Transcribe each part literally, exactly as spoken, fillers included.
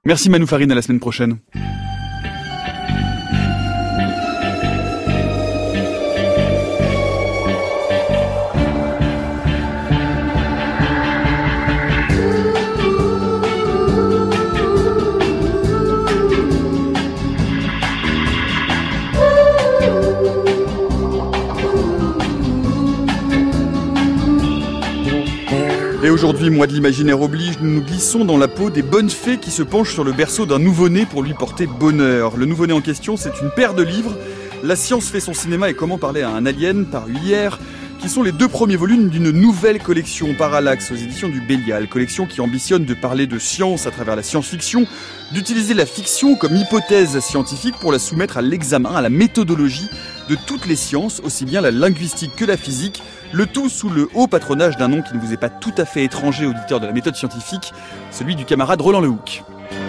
Merci Manu Farine, à la semaine prochaine. Et aujourd'hui, mois de l'imaginaire oblige, nous nous glissons dans la peau des bonnes fées qui se penchent sur le berceau d'un nouveau-né pour lui porter bonheur. Le nouveau-né en question, c'est une paire de livres. La science fait son cinéma et comment parler à un alien, paru hier, qui sont les deux premiers volumes d'une nouvelle collection Parallaxe aux éditions du Bélial. Collection qui ambitionne de parler de science à travers la science-fiction, d'utiliser la fiction comme hypothèse scientifique pour la soumettre à l'examen, à la méthodologie de toutes les sciences, aussi bien la linguistique que la physique, le tout sous le haut patronage d'un nom qui ne vous est pas tout à fait étranger, auditeur de la méthode scientifique, celui du camarade Roland Lehoucq.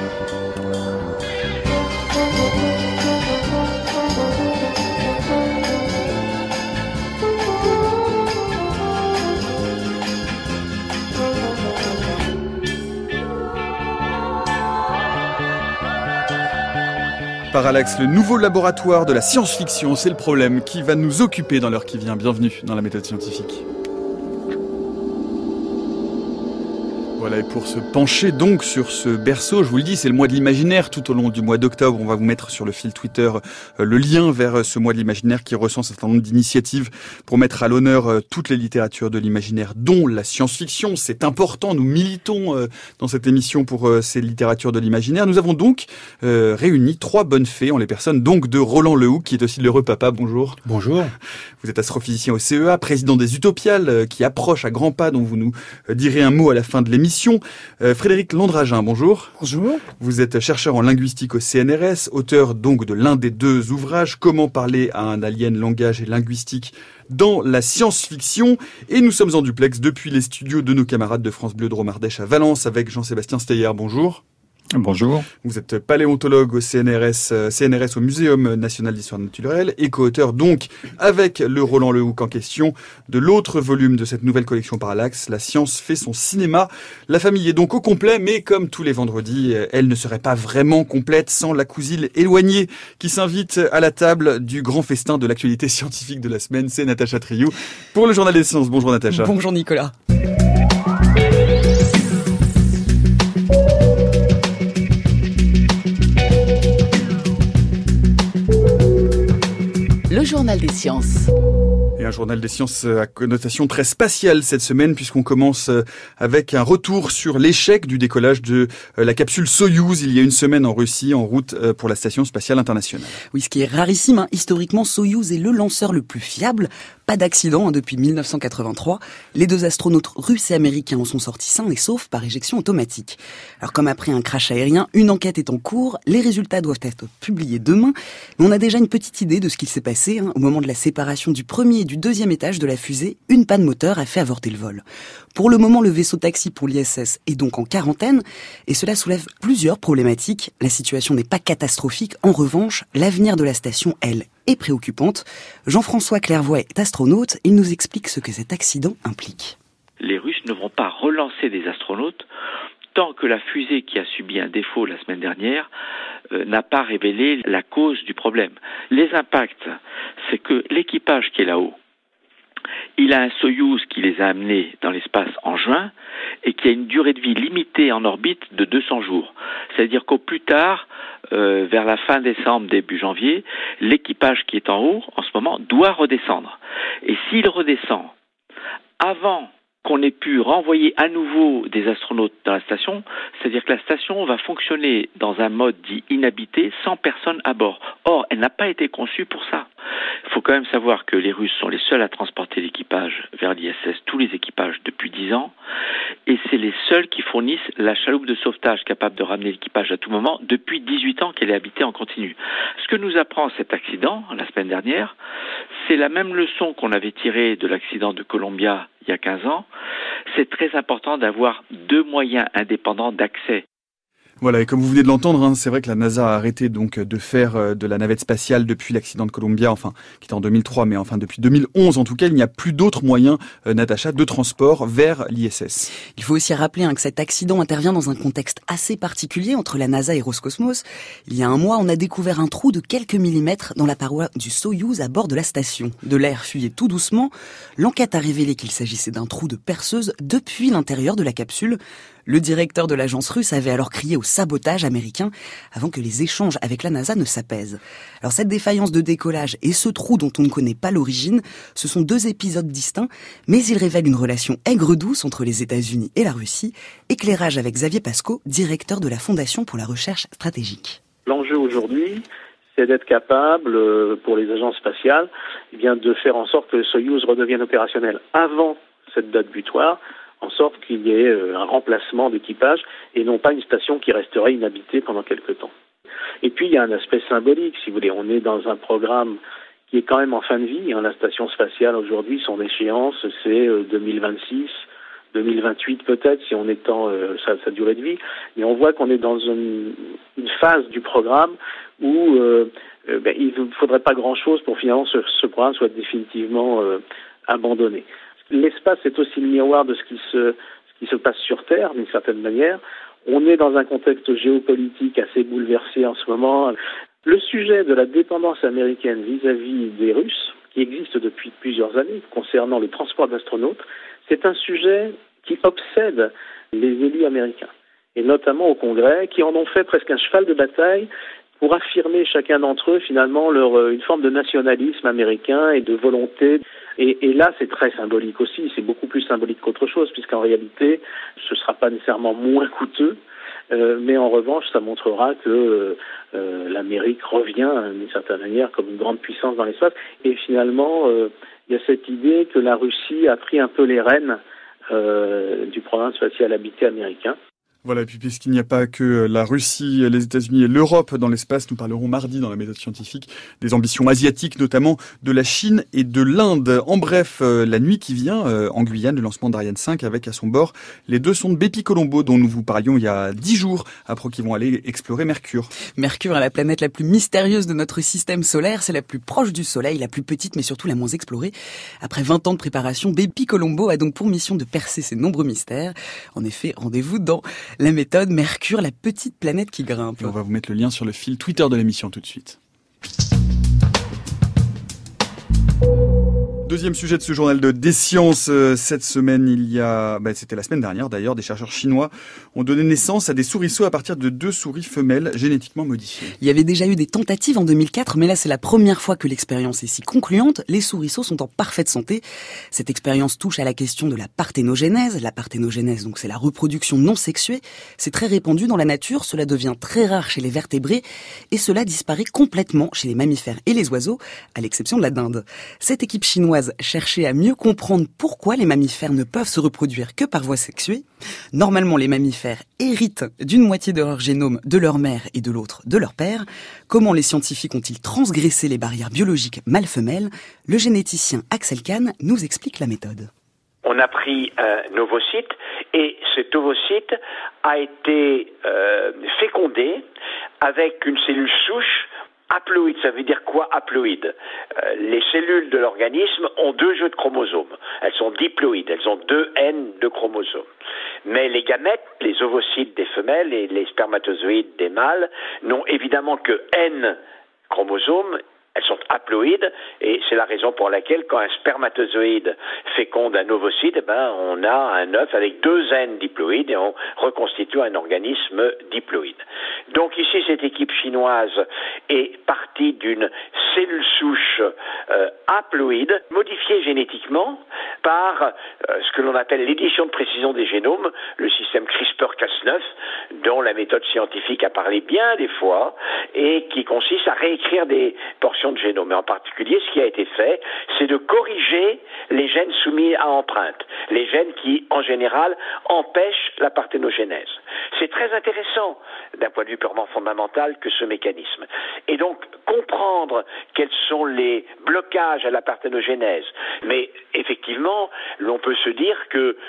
Parallaxe, le nouveau laboratoire de la science-fiction, c'est le problème qui va nous occuper dans l'heure qui vient. Bienvenue dans la méthode scientifique. Voilà, et pour se pencher donc sur ce berceau, je vous le dis, c'est le mois de l'imaginaire. Tout au long du mois d'octobre, on va vous mettre sur le fil Twitter euh, le lien vers ce mois de l'imaginaire qui recense un certain nombre d'initiatives pour mettre à l'honneur euh, toutes les littératures de l'imaginaire, dont la science-fiction. C'est important, nous militons euh, dans cette émission pour euh, ces littératures de l'imaginaire. Nous avons donc euh, réuni trois bonnes fées en les personnes donc de Roland Lehoucq, qui est aussi l'heureux papa. Bonjour. Bonjour. Vous êtes astrophysicien au C E A, président des Utopiales, euh, qui approche à grands pas, dont vous nous euh, direz un mot à la fin de l'émission. Euh, Frédéric Landragin, bonjour. Bonjour. Vous êtes chercheur en linguistique au C N R S, auteur donc de l'un des deux ouvrages, Comment parler à un alien, langage et linguistique dans la science-fiction. Et nous sommes en duplex depuis les studios de nos camarades de France Bleu Dromardèche à Valence avec Jean-Sébastien Steyer. Bonjour. Bonjour. Vous êtes paléontologue au C N R S, C N R S au Muséum national d'histoire naturelle et co-auteur donc avec le Roland Lehoucq en question de l'autre volume de cette nouvelle collection Parallaxe, La science fait son cinéma. La famille est donc au complet, mais comme tous les vendredis, elle ne serait pas vraiment complète sans la cousine éloignée qui s'invite à la table du grand festin de l'actualité scientifique de la semaine. C'est Natacha Triou pour le Journal des Sciences. Bonjour Natacha. Bonjour Nicolas. Le Journal des Sciences. Et un journal des sciences à connotation très spatiale cette semaine, puisqu'on commence avec un retour sur l'échec du décollage de la capsule Soyouz il y a une semaine en Russie, en route pour la Station spatiale internationale. Oui, ce qui est rarissime, hein. Historiquement, Soyouz est le lanceur le plus fiable. Pas d'accident hein, depuis mille neuf cent quatre-vingt-trois. Les deux astronautes russes et américains en sont sortis sains et saufs par éjection automatique. Alors comme après un crash aérien, une enquête est en cours. Les résultats doivent être publiés demain. Mais on a déjà une petite idée de ce qu'il s'est passé. Hein. Au moment de la séparation du premier et du deuxième étage de la fusée, une panne moteur a fait avorter le vol. Pour le moment, le vaisseau taxi pour l'I S S est donc en quarantaine. Et cela soulève plusieurs problématiques. La situation n'est pas catastrophique. En revanche, l'avenir de la station, elle, est préoccupante. Jean-François Clairvoy est astronaute. Il nous explique ce que cet accident implique. Les Russes ne vont pas relancer des astronautes tant que la fusée qui a subi un défaut la semaine dernière euh, n'a pas révélé la cause du problème. Les impacts, c'est que l'équipage qui est là-haut, il a un Soyouz qui les a amenés dans l'espace en juin et qui a une durée de vie limitée en orbite de deux cents jours. C'est-à-dire qu'au plus tard, euh, vers la fin décembre, début janvier, l'équipage qui est en haut, en ce moment, doit redescendre. Et s'il redescend avant qu'on ait pu renvoyer à nouveau des astronautes dans la station, c'est-à-dire que la station va fonctionner dans un mode dit inhabité, sans personne à bord. Or, elle n'a pas été conçue pour ça. Il faut quand même savoir que les Russes sont les seuls à transporter l'équipage vers l'I S S, tous les équipages depuis dix ans, et c'est les seuls qui fournissent la chaloupe de sauvetage capable de ramener l'équipage à tout moment depuis dix-huit ans qu'elle est habitée en continu. Ce que nous apprend cet accident, la semaine dernière, c'est la même leçon qu'on avait tirée de l'accident de Columbia il y a quinze ans. C'est très important d'avoir deux moyens indépendants d'accès. Voilà, et comme vous venez de l'entendre, hein, c'est vrai que la NASA a arrêté donc de faire euh, de la navette spatiale depuis l'accident de Columbia, enfin, qui était en deux mille trois, mais enfin depuis deux mille onze en tout cas, il n'y a plus d'autres moyens, euh, Natacha, de transport vers l'I S S. Il faut aussi rappeler hein, que cet accident intervient dans un contexte assez particulier entre la NASA et Roscosmos. Il y a un mois, on a découvert un trou de quelques millimètres dans la paroi du Soyouz à bord de la station. De l'air fuyait tout doucement. L'enquête a révélé qu'il s'agissait d'un trou de perceuse depuis l'intérieur de la capsule. Le directeur de l'agence russe avait alors crié au sabotage américain avant que les échanges avec la NASA ne s'apaisent. Alors cette défaillance de décollage et ce trou dont on ne connaît pas l'origine, ce sont deux épisodes distincts, mais ils révèlent une relation aigre-douce entre les États-Unis et la Russie. Éclairage avec Xavier Pasco, directeur de la Fondation pour la recherche stratégique. L'enjeu aujourd'hui, c'est d'être capable, pour les agences spatiales, eh bien, de faire en sorte que le Soyouz redevienne opérationnel avant cette date butoir, en sorte qu'il y ait un remplacement d'équipage et non pas une station qui resterait inhabitée pendant quelque temps. Et puis il y a un aspect symbolique, si vous voulez, on est dans un programme qui est quand même en fin de vie. La station spatiale aujourd'hui, son échéance, c'est deux mille vingt-six, deux mille vingt-huit peut-être, si on étend euh, sa, sa durée de vie. Mais on voit qu'on est dans une, une phase du programme où euh, euh, ben, il ne faudrait pas grand-chose pour finalement ce, ce programme soit définitivement euh, abandonné. L'espace est aussi le miroir de ce qui se, ce qui se passe sur Terre, d'une certaine manière. On est dans un contexte géopolitique assez bouleversé en ce moment. Le sujet de la dépendance américaine vis-à-vis des Russes, qui existe depuis plusieurs années, concernant le transport d'astronautes, c'est un sujet qui obsède les élus américains, et notamment au Congrès, qui en ont fait presque un cheval de bataille pour affirmer chacun d'entre eux, finalement, leur, une forme de nationalisme américain et de volonté. Et, et là, c'est très symbolique aussi, c'est beaucoup plus symbolique qu'autre chose, puisqu'en réalité, ce ne sera pas nécessairement moins coûteux, euh, mais en revanche, ça montrera que euh, l'Amérique revient, d'une certaine manière, comme une grande puissance dans l'espace. Et finalement, euh, il y a cette idée que la Russie a pris un peu les rênes euh, du programme spatial habité américain. Voilà, et puis puisqu'il n'y a pas que la Russie, les États-Unis et l'Europe dans l'espace, nous parlerons mardi dans la méthode scientifique des ambitions asiatiques, notamment de la Chine et de l'Inde. En bref, euh, la nuit qui vient, euh, en Guyane, le lancement d'Ariane cinq avec à son bord les deux sondes Bepi-Colombo dont nous vous parlions il y a dix jours, après qu'ils vont aller explorer Mercure. Mercure est la planète la plus mystérieuse de notre système solaire, c'est la plus proche du Soleil, la plus petite mais surtout la moins explorée. Après vingt ans de préparation, Bepi-Colombo a donc pour mission de percer ces nombreux mystères. En effet, rendez-vous dans la méthode Mercure, la petite planète qui grimpe. Et on va vous mettre le lien sur le fil Twitter de l'émission tout de suite. Deuxième sujet de ce journal de Des Sciences. Cette semaine, il y a, bah, c'était la semaine dernière d'ailleurs, des chercheurs chinois ont donné naissance à des souriceaux à partir de deux souris femelles génétiquement modifiées. Il y avait déjà eu des tentatives en deux mille quatre, mais là c'est la première fois que l'expérience est si concluante. Les souriceaux sont en parfaite santé. Cette expérience touche à la question de la parthénogénèse. La parthénogénèse, donc c'est la reproduction non sexuée. C'est très répandu dans la nature, cela devient très rare chez les vertébrés et cela disparaît complètement chez les mammifères et les oiseaux, à l'exception de la dinde. Cette équipe chinoise chercher à mieux comprendre pourquoi les mammifères ne peuvent se reproduire que par voie sexuée. Normalement, les mammifères héritent d'une moitié de leur génome de leur mère et de l'autre de leur père. Comment les scientifiques ont-ils transgressé les barrières biologiques mâle-femelle ? Le généticien Axel Kahn nous explique la méthode. On a pris un ovocyte et cet ovocyte a été euh, fécondé avec une cellule souche haploïde. Ça veut dire quoi, haploïde ? euh, Les cellules de l'organisme ont deux jeux de chromosomes. Elles sont diploïdes, elles ont deux N de chromosomes. Mais les gamètes, les ovocytes des femelles et les spermatozoïdes des mâles n'ont évidemment que N chromosomes. Elles sont haploïdes et c'est la raison pour laquelle quand un spermatozoïde féconde un ovocyte, eh ben, on a un œuf avec deux N diploïdes et on reconstitue un organisme diploïde. Donc ici, cette équipe chinoise est partie d'une cellule souche euh, haploïde modifiée génétiquement par euh, ce que l'on appelle l'édition de précision des génomes, le système CRISPR Cas neuf, dont la méthode scientifique a parlé bien des fois et qui consiste à réécrire des portions de génome. Mais en particulier, ce qui a été fait, c'est de corriger les gènes soumis à empreinte, les gènes qui, en général, empêchent la parthénogénèse. C'est très intéressant d'un point de vue purement fondamental que ce mécanisme. Et donc, comprendre quels sont les blocages à la parthénogénèse. Mais effectivement, l'on peut se dire que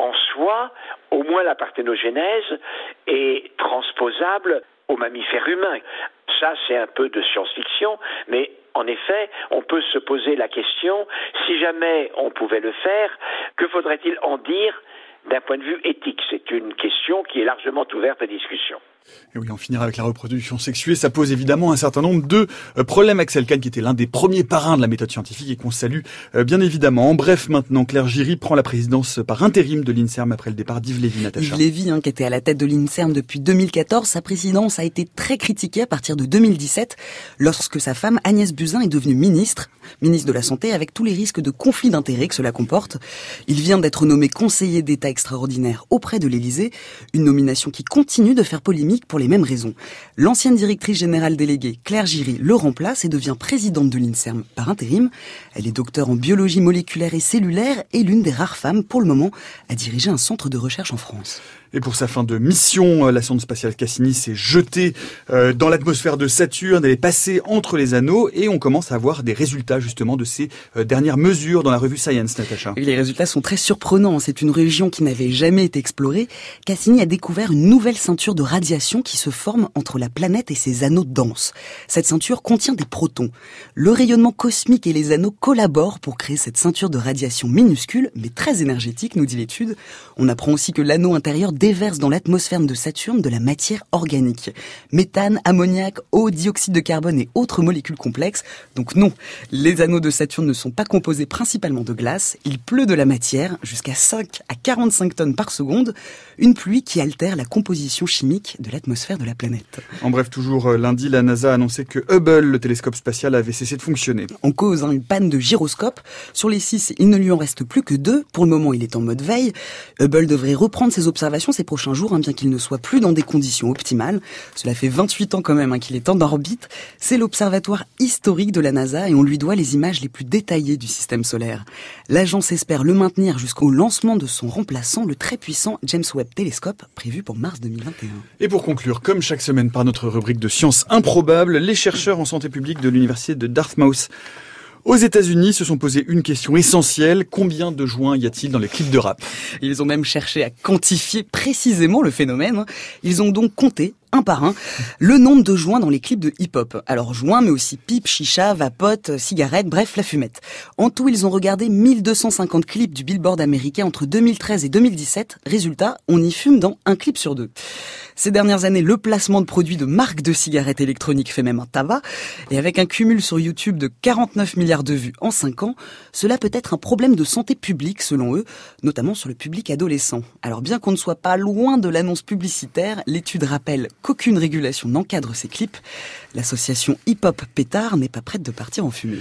en soi, au moins la parthénogenèse est transposable aux mammifères humains. Ça, c'est un peu de science-fiction, mais en effet, on peut se poser la question, si jamais on pouvait le faire, que faudrait-il en dire d'un point de vue éthique? C'est une question qui est largement ouverte à discussion. Et oui, en finir avec la reproduction sexuée, ça pose évidemment un certain nombre de euh, problèmes. Axel Kahn, qui était l'un des premiers parrains de la méthode scientifique et qu'on salue euh, bien évidemment. En bref, maintenant, Claire Giry prend la présidence par intérim de l'INSERM après le départ d'Yves Lévy, Natacha. Yves Lévy, hein, qui était à la tête de l'INSERM depuis deux mille quatorze, sa présidence a été très critiquée à partir de deux mille dix-sept, lorsque sa femme Agnès Buzyn est devenue ministre, ministre de la Santé, avec tous les risques de conflit d'intérêts que cela comporte. Il vient d'être nommé conseiller d'État extraordinaire auprès de l'Élysée, une nomination qui continue de faire polémique pour les mêmes raisons. L'ancienne directrice générale déléguée, Claire Giry, le remplace et devient présidente de l'INSERM par intérim. Elle est docteure en biologie moléculaire et cellulaire et l'une des rares femmes, pour le moment, à diriger un centre de recherche en France. Et pour sa fin de mission, la sonde spatiale Cassini s'est jetée euh, dans l'atmosphère de Saturne, elle est passée entre les anneaux et on commence à voir des résultats justement de ces euh, dernières mesures dans la revue Science, Natacha. Et les résultats sont très surprenants, c'est une région qui n'avait jamais été explorée. Cassini a découvert une nouvelle ceinture de radiation qui se forme entre la planète et ses anneaux denses. Cette ceinture contient des protons. Le rayonnement cosmique et les anneaux collaborent pour créer cette ceinture de radiation minuscule, mais très énergétique, nous dit l'étude. On apprend aussi que l'anneau intérieur déverse dans l'atmosphère de Saturne de la matière organique. Méthane, ammoniac, eau, dioxyde de carbone et autres molécules complexes. Donc non, les anneaux de Saturne ne sont pas composés principalement de glace. Il pleut de la matière jusqu'à cinq à quarante-cinq tonnes par seconde. Une pluie qui altère la composition chimique de l'atmosphère de la planète. En bref, toujours lundi, la NASA a annoncé que Hubble, le télescope spatial, avait cessé de fonctionner. En cause, hein, une panne de gyroscope. Sur les six, il ne lui en reste plus que deux. Pour le moment, il est en mode veille. Hubble devrait reprendre ses observations ces prochains jours, hein, bien qu'il ne soit plus dans des conditions optimales. Cela fait vingt-huit ans quand même hein, qu'il est en orbite. C'est l'observatoire historique de la NASA et on lui doit les images les plus détaillées du système solaire. L'agence espère le maintenir jusqu'au lancement de son remplaçant, le très puissant James Webb Telescope, prévu pour mars deux mille vingt et un. Et pour conclure, comme chaque semaine par notre rubrique de sciences improbables, les chercheurs en santé publique de l'université de Dartmouth aux États-Unis se sont posé une question essentielle. Combien de joints y a-t-il dans les clips de rap? Ils ont même cherché à quantifier précisément le phénomène. Ils ont donc compté, un par un, le nombre de joints dans les clips de hip-hop. Alors joints, mais aussi pipe, chicha, vapote, cigarettes, bref, la fumette. En tout, ils ont regardé mille deux cent cinquante clips du Billboard américain entre deux mille treize et deux mille dix-sept. Résultat, on y fume dans un clip sur deux. Ces dernières années, le placement de produits de marques de cigarettes électroniques fait même un tabac. Et avec un cumul sur YouTube de quarante-neuf milliards de vues en cinq ans, cela peut être un problème de santé publique selon eux, notamment sur le public adolescent. Alors bien qu'on ne soit pas loin de l'annonce publicitaire, l'étude rappelle qu'aucune régulation n'encadre ces clips. L'association Hip Hop Pétard n'est pas prête de partir en fumée.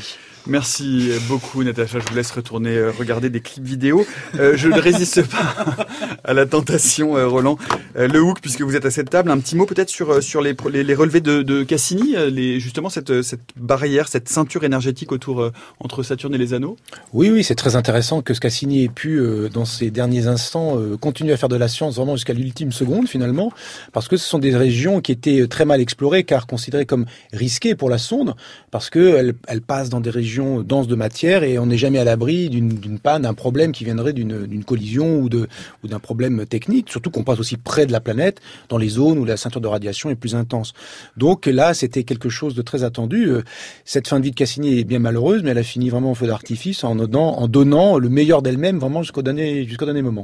Merci beaucoup Natacha, je vous laisse retourner regarder des clips vidéo. Euh, je ne résiste pas à la tentation, euh, Roland. Euh, le Hook, puisque vous êtes à cette table, un petit mot peut-être sur, sur les, les, les relevés de, de Cassini, les, justement cette, cette barrière, cette ceinture énergétique autour euh, entre Saturne et les anneaux. Oui, oui, c'est très intéressant que ce Cassini ait pu, euh, dans ces derniers instants, euh, continuer à faire de la science vraiment jusqu'à l'ultime seconde finalement, parce que ce sont des régions qui étaient très mal explorées, car considérées comme risquées pour la sonde, parce qu'elles elles passent dans des régions denses de matière et on n'est jamais à l'abri d'une, d'une panne, d'un problème qui viendrait d'une, d'une collision ou, de, ou d'un problème technique, surtout qu'on passe aussi près de la planète, dans les zones où la ceinture de radiation est plus intense. Donc là, c'était quelque chose de très attendu. Cette fin de vie de Cassini est bien malheureuse, mais elle a fini vraiment en feu d'artifice, en donnant, en donnant le meilleur d'elle-même vraiment jusqu'au dernier, jusqu'au dernier moment.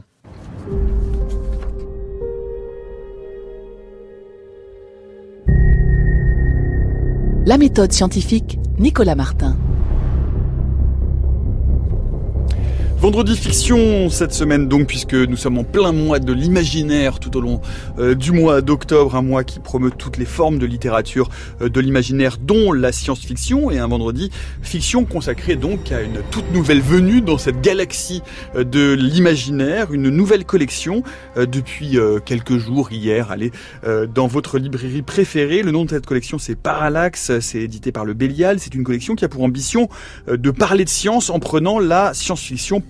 La méthode scientifique, Nicolas Martin. Vendredi fiction cette semaine donc, puisque nous sommes en plein mois de l'imaginaire tout au long euh, du mois d'octobre, un mois qui promeut toutes les formes de littérature euh, de l'imaginaire, dont la science-fiction, et un vendredi fiction consacré donc à une toute nouvelle venue dans cette galaxie euh, de l'imaginaire, une nouvelle collection euh, depuis euh, quelques jours, hier, allez, euh, dans votre librairie préférée. Le nom de cette collection c'est Parallax, c'est édité par le Bélial, c'est une collection qui a pour ambition euh, de parler de science en prenant la science-fiction pour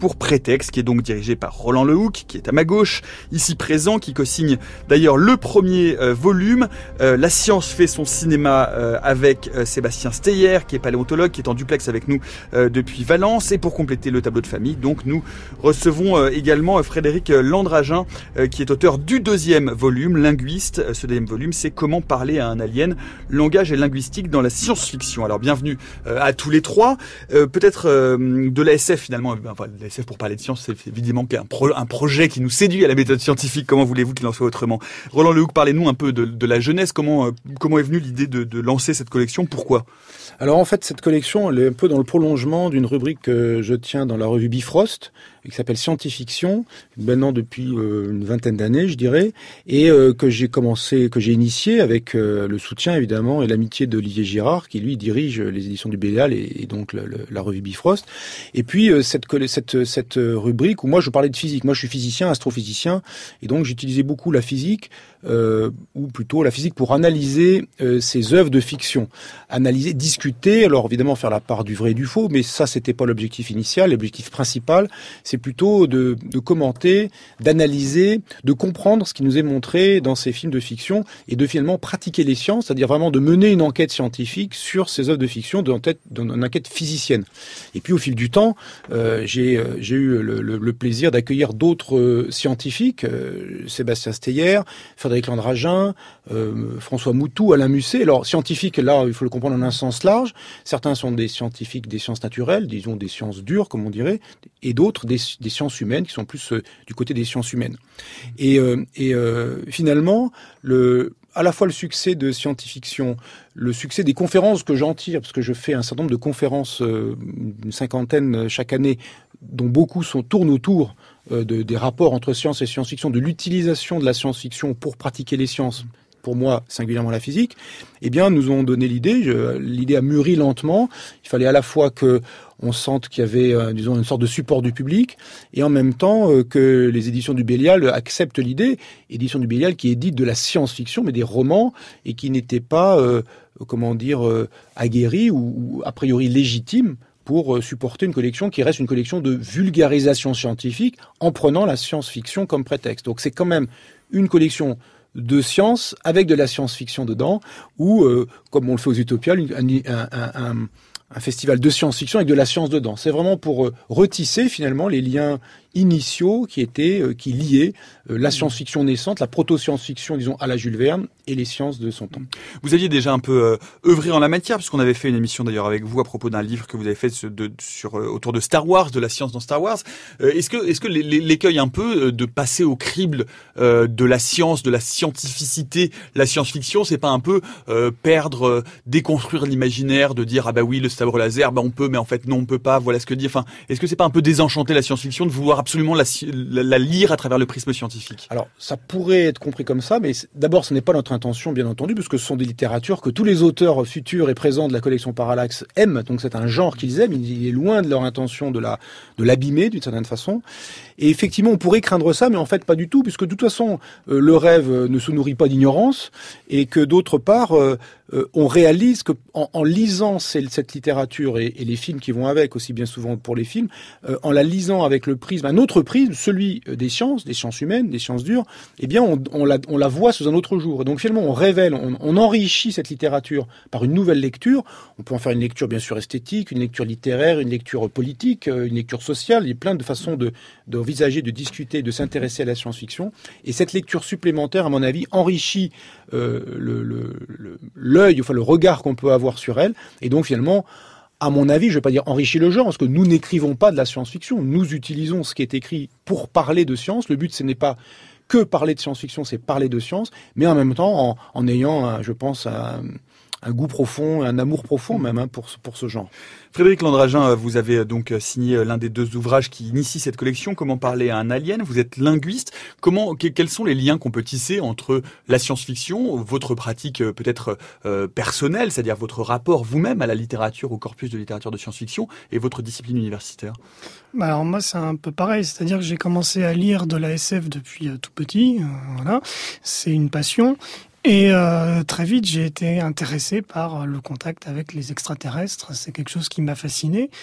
pour Prétexte, qui est donc dirigé par Roland Lehoucq, qui est à ma gauche, ici présent, qui co-signe d'ailleurs le premier euh, volume. Euh, La science fait son cinéma euh, avec euh, Sébastien Steyer, qui est paléontologue, qui est en duplex avec nous euh, depuis Valence. Et pour compléter le tableau de famille, donc nous recevons euh, également euh, Frédéric Landragin, euh, qui est auteur du deuxième volume, Linguiste. Euh, ce deuxième volume, c'est Comment parler à un alien, langage et linguistique dans la science-fiction. Alors bienvenue euh, à tous les trois. Euh, peut-être euh, de l'A S F finalement, enfin l'A S F pour parler de science, c'est évidemment un, pro, un projet qui nous séduit à la méthode scientifique. Comment voulez-vous qu'il en soit autrement? Roland Lehoucq, parlez-nous un peu de, de la jeunesse. Comment, euh, comment est venue l'idée de, de lancer cette collection? Pourquoi? Alors en fait, cette collection, elle est un peu dans le prolongement d'une rubrique que je tiens dans la revue Bifrost, qui s'appelle Scientifiction, maintenant depuis euh, une vingtaine d'années, je dirais, et euh, que j'ai commencé, que j'ai initié avec euh, le soutien évidemment et l'amitié d'Olivier Girard, qui lui dirige les éditions du Bélial et, et donc le, le, la revue Bifrost. Et puis euh, cette, cette, cette rubrique où moi je parlais de physique. Moi je suis physicien, astrophysicien, et donc j'utilisais beaucoup la physique, euh, ou plutôt la physique pour analyser euh, ces œuvres de fiction, analyser, discuter. Alors évidemment faire la part du vrai et du faux, mais ça c'était pas l'objectif initial. L'objectif principal, c'est plutôt de, de commenter, d'analyser, de comprendre ce qui nous est montré dans ces films de fiction et de finalement pratiquer les sciences, c'est-à-dire vraiment de mener une enquête scientifique sur ces œuvres de fiction, de, d'une enquête physicienne. Et puis au fil du temps, euh, j'ai, j'ai eu le, le, le plaisir d'accueillir d'autres euh, scientifiques, euh, Sébastien Steyer, Frédéric Landragin, euh, François Moutou, Alain Musset. Alors scientifiques, là, il faut le comprendre en un sens large. Certains sont des scientifiques des sciences naturelles, disons des sciences dures, comme on dirait, et d'autres des des sciences humaines qui sont plus euh, du côté des sciences humaines. Et, euh, et euh, finalement, le, à la fois le succès de Scientifiction, le succès des conférences que j'en tire, parce que je fais un certain nombre de conférences, euh, une cinquantaine chaque année, dont beaucoup sont, tournent autour euh, de, des rapports entre science et science-fiction, de l'utilisation de la science-fiction pour pratiquer les sciences, pour moi, singulièrement la physique, eh bien, nous ont donné l'idée. Je, l'idée a mûri lentement. Il fallait à la fois que on sente qu'il y avait, euh, disons, une sorte de support du public, et en même temps euh, que les éditions du Bélial acceptent l'idée. Éditions du Bélial qui édite de la science-fiction, mais des romans, et qui n'étaient pas, euh, comment dire, euh, aguerris ou, ou a priori légitimes pour supporter une collection qui reste une collection de vulgarisation scientifique en prenant la science-fiction comme prétexte. Donc c'est quand même une collection de science avec de la science-fiction dedans, ou, euh, comme on le fait aux Utopiales, un, un, un, un festival de science-fiction avec de la science dedans. C'est vraiment pour euh, retisser finalement les liens initiaux qui étaient, euh, qui liaient euh, la science-fiction naissante, la proto-science-fiction, disons, à la Jules Verne, et les sciences de son temps. Vous aviez déjà un peu euh, œuvré en la matière, puisqu'on avait fait une émission d'ailleurs avec vous à propos d'un livre que vous avez fait de, de, sur, euh, autour de Star Wars, de la science dans Star Wars. Euh, est-ce que, est-ce que l'écueil un peu de passer au crible euh, de la science, de la scientificité, la science-fiction, c'est pas un peu euh, perdre, euh, déconstruire l'imaginaire, de dire ah bah oui le sabre laser, bah on peut, mais en fait non on peut pas. Voilà ce que dit. Enfin, est-ce que c'est pas un peu désenchanter la science-fiction de vouloir absolument la, la, la lire à travers le prisme scientifique? Alors, ça pourrait être compris comme ça, mais d'abord, ce n'est pas notre intention, bien entendu, puisque ce sont des littératures que tous les auteurs futurs et présents de la collection Parallax aiment, donc c'est un genre qu'ils aiment, il est loin de leur intention de la de l'abîmer, d'une certaine façon. Et effectivement, on pourrait craindre ça, mais en fait, pas du tout, puisque de toute façon, euh, le rêve ne se nourrit pas d'ignorance, et que d'autre part, euh, euh, on réalise que en, en lisant ces, cette littérature et, et les films qui vont avec, aussi bien souvent pour les films, euh, en la lisant avec le prisme, un autre prisme, celui des sciences, des sciences humaines, des sciences dures, eh bien, on, on, la, on la voit sous un autre jour. Et donc, finalement, on révèle, on, on enrichit cette littérature par une nouvelle lecture. On peut en faire une lecture, bien sûr, esthétique, une lecture littéraire, une lecture politique, une lecture sociale. Il y a plein de façons de, d'envisager, de discuter, de s'intéresser à la science-fiction. Et cette lecture supplémentaire, à mon avis, enrichit euh, le, le, le, l'œil, enfin le regard qu'on peut avoir sur elle. Et donc, finalement, à mon avis, je ne vais pas dire enrichir le genre, parce que nous n'écrivons pas de la science-fiction. Nous utilisons ce qui est écrit pour parler de science. Le but, ce n'est pas que parler de science-fiction, c'est parler de science, mais en même temps, en, en ayant, un, je pense, un, un goût profond, un amour profond même hein, pour, pour ce genre. Frédéric Landragin, vous avez donc signé l'un des deux ouvrages qui initient cette collection, Comment parler à un alien. Vous êtes linguiste. Comment, quels sont les liens qu'on peut tisser entre la science-fiction, votre pratique peut-être euh, personnelle, c'est-à-dire votre rapport vous-même à la littérature, au corpus de littérature de science-fiction, et votre discipline universitaire? Bah alors moi, c'est un peu pareil. C'est-à-dire que j'ai commencé à lire de la S F depuis euh, tout petit. Euh, voilà, c'est une passion. Et euh, très vite, j'ai été intéressé par le contact avec les extraterrestres. C'est quelque chose qui m'a fasciné.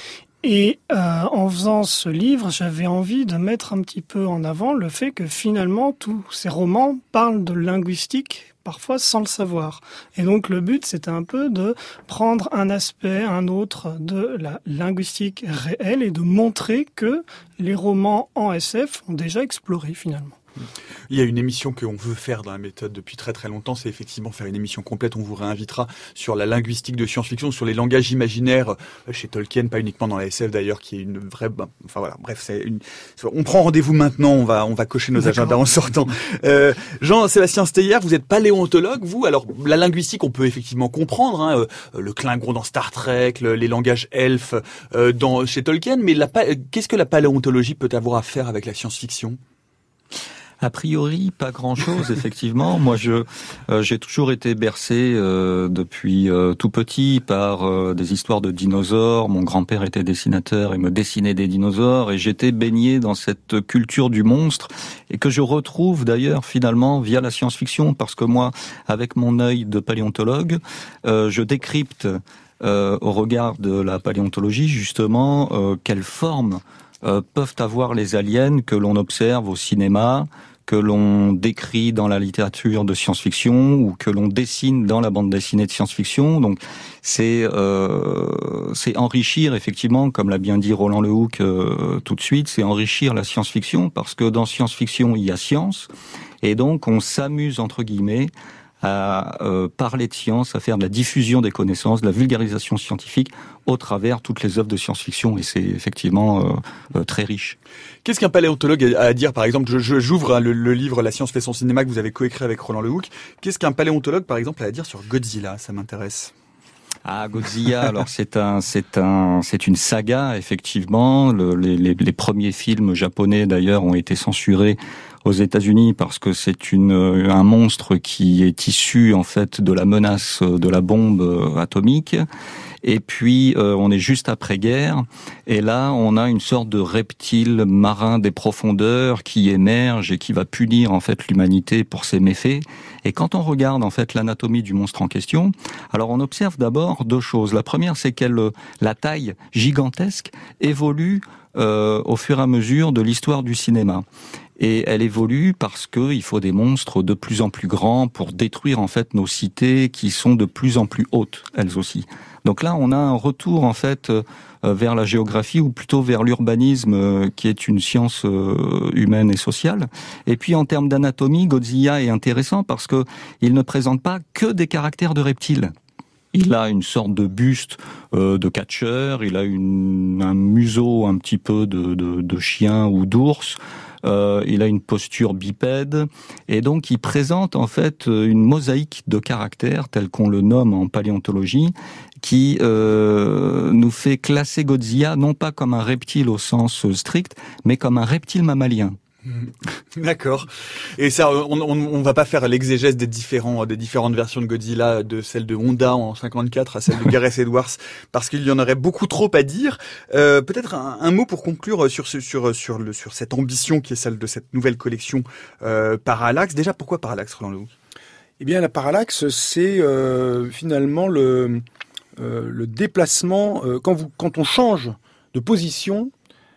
Et euh, en faisant ce livre, j'avais envie de mettre un petit peu en avant le fait que finalement, tous ces romans parlent de linguistique, parfois sans le savoir. Et donc le but, c'était un peu de prendre un aspect, un autre de la linguistique réelle et de montrer que les romans en S F ont déjà exploré finalement. Il y a une émission qu'on veut faire dans la méthode depuis très très longtemps, c'est effectivement faire une émission complète. On vous réinvitera sur la linguistique de science-fiction, sur les langages imaginaires chez Tolkien, pas uniquement dans la S F d'ailleurs, qui est une vraie. Enfin voilà, bref, c'est une. On prend rendez-vous maintenant. On va on va cocher nos D'accord. agendas en sortant. Euh, Jean-Sébastien Steyer, vous êtes paléontologue, vous. Alors la linguistique, on peut effectivement comprendre, hein, euh, le Klingon dans Star Trek, le, les langages elfes euh, dans chez Tolkien, mais la, qu'est-ce que la paléontologie peut avoir à faire avec la science-fiction ? A priori, pas grand-chose, effectivement. Moi, je euh, j'ai toujours été bercé euh, depuis euh, tout petit par euh, des histoires de dinosaures. Mon grand-père était dessinateur et me dessinait des dinosaures, et j'étais baigné dans cette culture du monstre, et que je retrouve d'ailleurs finalement via la science-fiction, parce que moi, avec mon œil de paléontologue, euh, je décrypte euh, au regard de la paléontologie justement euh, quelles formes euh, peuvent avoir les aliens que l'on observe au cinéma, que l'on décrit dans la littérature de science-fiction ou que l'on dessine dans la bande dessinée de science-fiction. Donc c'est euh, c'est enrichir effectivement, comme l'a bien dit Roland Lehoucq euh, tout de suite, c'est enrichir la science-fiction, parce que dans science-fiction il y a science, et donc on s'amuse entre guillemets à euh, parler de science, à faire de la diffusion des connaissances, de la vulgarisation scientifique au travers toutes les œuvres de science-fiction, et c'est effectivement euh, euh, très riche. Qu'est-ce qu'un paléontologue a à dire, par exemple, je, je, j'ouvre hein, le, le livre La science fait son cinéma que vous avez coécrit avec Roland Lehoucq. Qu'est-ce qu'un paléontologue, par exemple, a à dire sur Godzilla ? Ça m'intéresse. Ah, Godzilla, alors c'est un, c'est un, c'est une saga, effectivement. Le, les, les, les premiers films japonais, d'ailleurs, ont été censurés aux États-Unis parce que c'est une, un monstre qui est issu, en fait, de la menace de la bombe atomique. Et puis, euh, on est juste après-guerre, et là, on a une sorte de reptile marin des profondeurs qui émerge et qui va punir, en fait, l'humanité pour ses méfaits. Et quand on regarde, en fait, l'anatomie du monstre en question, alors on observe d'abord deux choses. La première, c'est qu'elle, la taille gigantesque évolue euh, au fur et à mesure de l'histoire du cinéma. Et elle évolue parce que il faut des monstres de plus en plus grands pour détruire en fait nos cités qui sont de plus en plus hautes, elles aussi. Donc là, on a un retour en fait euh, vers la géographie, ou plutôt vers l'urbanisme, euh, qui est une science euh, humaine et sociale. Et puis en termes d'anatomie, Godzilla est intéressant parce que il ne présente pas que des caractères de reptiles. Il a une sorte de buste euh, de catcheur, il a une, un museau un petit peu de, de, de chien ou d'ours. Euh, il a une posture bipède, et donc il présente en fait une mosaïque de caractères, tel qu'on le nomme en paléontologie, qui euh, nous fait classer Godzilla non pas comme un reptile au sens strict, mais comme un reptile mammalien. D'accord. Et ça, on, on, on va pas faire l'exégèse des différents, des différentes versions de Godzilla, de celle de Honda en cinquante-quatre à celle de Gareth Edwards, parce qu'il y en aurait beaucoup trop à dire. Euh, peut-être un, un mot pour conclure sur ce, sur, sur le, sur cette ambition qui est celle de cette nouvelle collection euh, Parallaxe. Déjà, pourquoi Parallaxe, Roland Lehoucq ? Eh bien, la Parallaxe, c'est euh, finalement le, euh, le déplacement euh, quand vous, quand on change de position.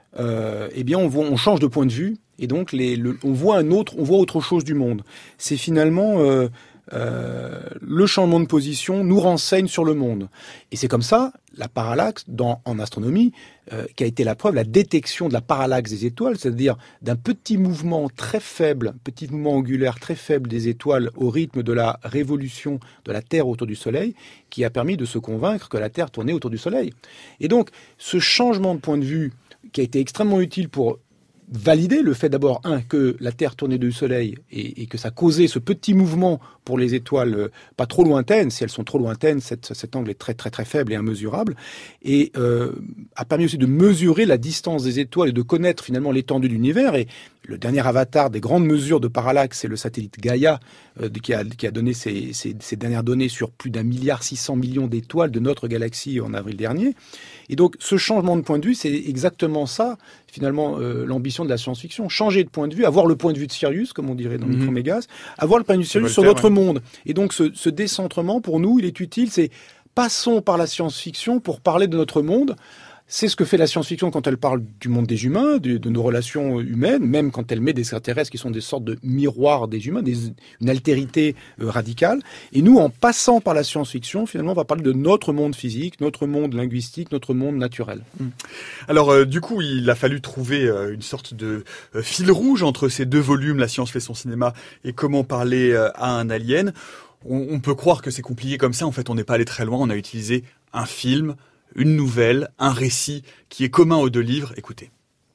Euh, eh bien, on, voit, on change de point de vue. Et donc, les, le, on voit un autre, on voit autre chose du monde. C'est finalement euh, euh, le changement de position nous renseigne sur le monde. Et c'est comme ça, la parallaxe dans, en astronomie, euh, qui a été la preuve, la détection de la parallaxe des étoiles, c'est-à-dire d'un petit mouvement très faible, petit mouvement angulaire très faible des étoiles au rythme de la révolution de la Terre autour du Soleil, qui a permis de se convaincre que la Terre tournait autour du Soleil. Et donc, ce changement de point de vue qui a été extrêmement utile pour valider le fait d'abord, un, que la Terre tournait du Soleil et, et que ça causait ce petit mouvement pour les étoiles euh, pas trop lointaines. Si elles sont trop lointaines, cet, cet angle est très très très faible et immesurable. Et euh, a permis aussi de mesurer la distance des étoiles et de connaître finalement l'étendue de l'univers. Et le dernier avatar des grandes mesures de parallaxe, c'est le satellite Gaïa, euh, qui, a, qui a donné ces, ces, ces dernières données sur plus d'un milliard six cents millions d'étoiles de notre galaxie en avril dernier. Et donc, ce changement de point de vue, c'est exactement ça, finalement, euh, l'ambition de la science-fiction. Changer de point de vue, avoir le point de vue de Sirius, comme on dirait dans mmh. Micromégas, avoir le point de vue de Sirius sur notre ouais. monde. Et donc, ce, ce décentrement, pour nous, il est utile, c'est passons par la science-fiction pour parler de notre monde. C'est ce que fait la science-fiction quand elle parle du monde des humains, de, de nos relations humaines, même quand elle met des extraterrestres qui sont des sortes de miroirs des humains, des, une altérité euh, radicale. Et nous, en passant par la science-fiction, finalement, on va parler de notre monde physique, notre monde linguistique, notre monde naturel. Alors, euh, du coup, il a fallu trouver euh, une sorte de euh, fil rouge entre ces deux volumes, La science fait son cinéma et Comment parler euh, à un alien. On, on peut croire que c'est compliqué comme ça. En fait, on n'est pas allé très loin. On a utilisé un film, une nouvelle, un récit qui est commun aux deux livres. Écoutez.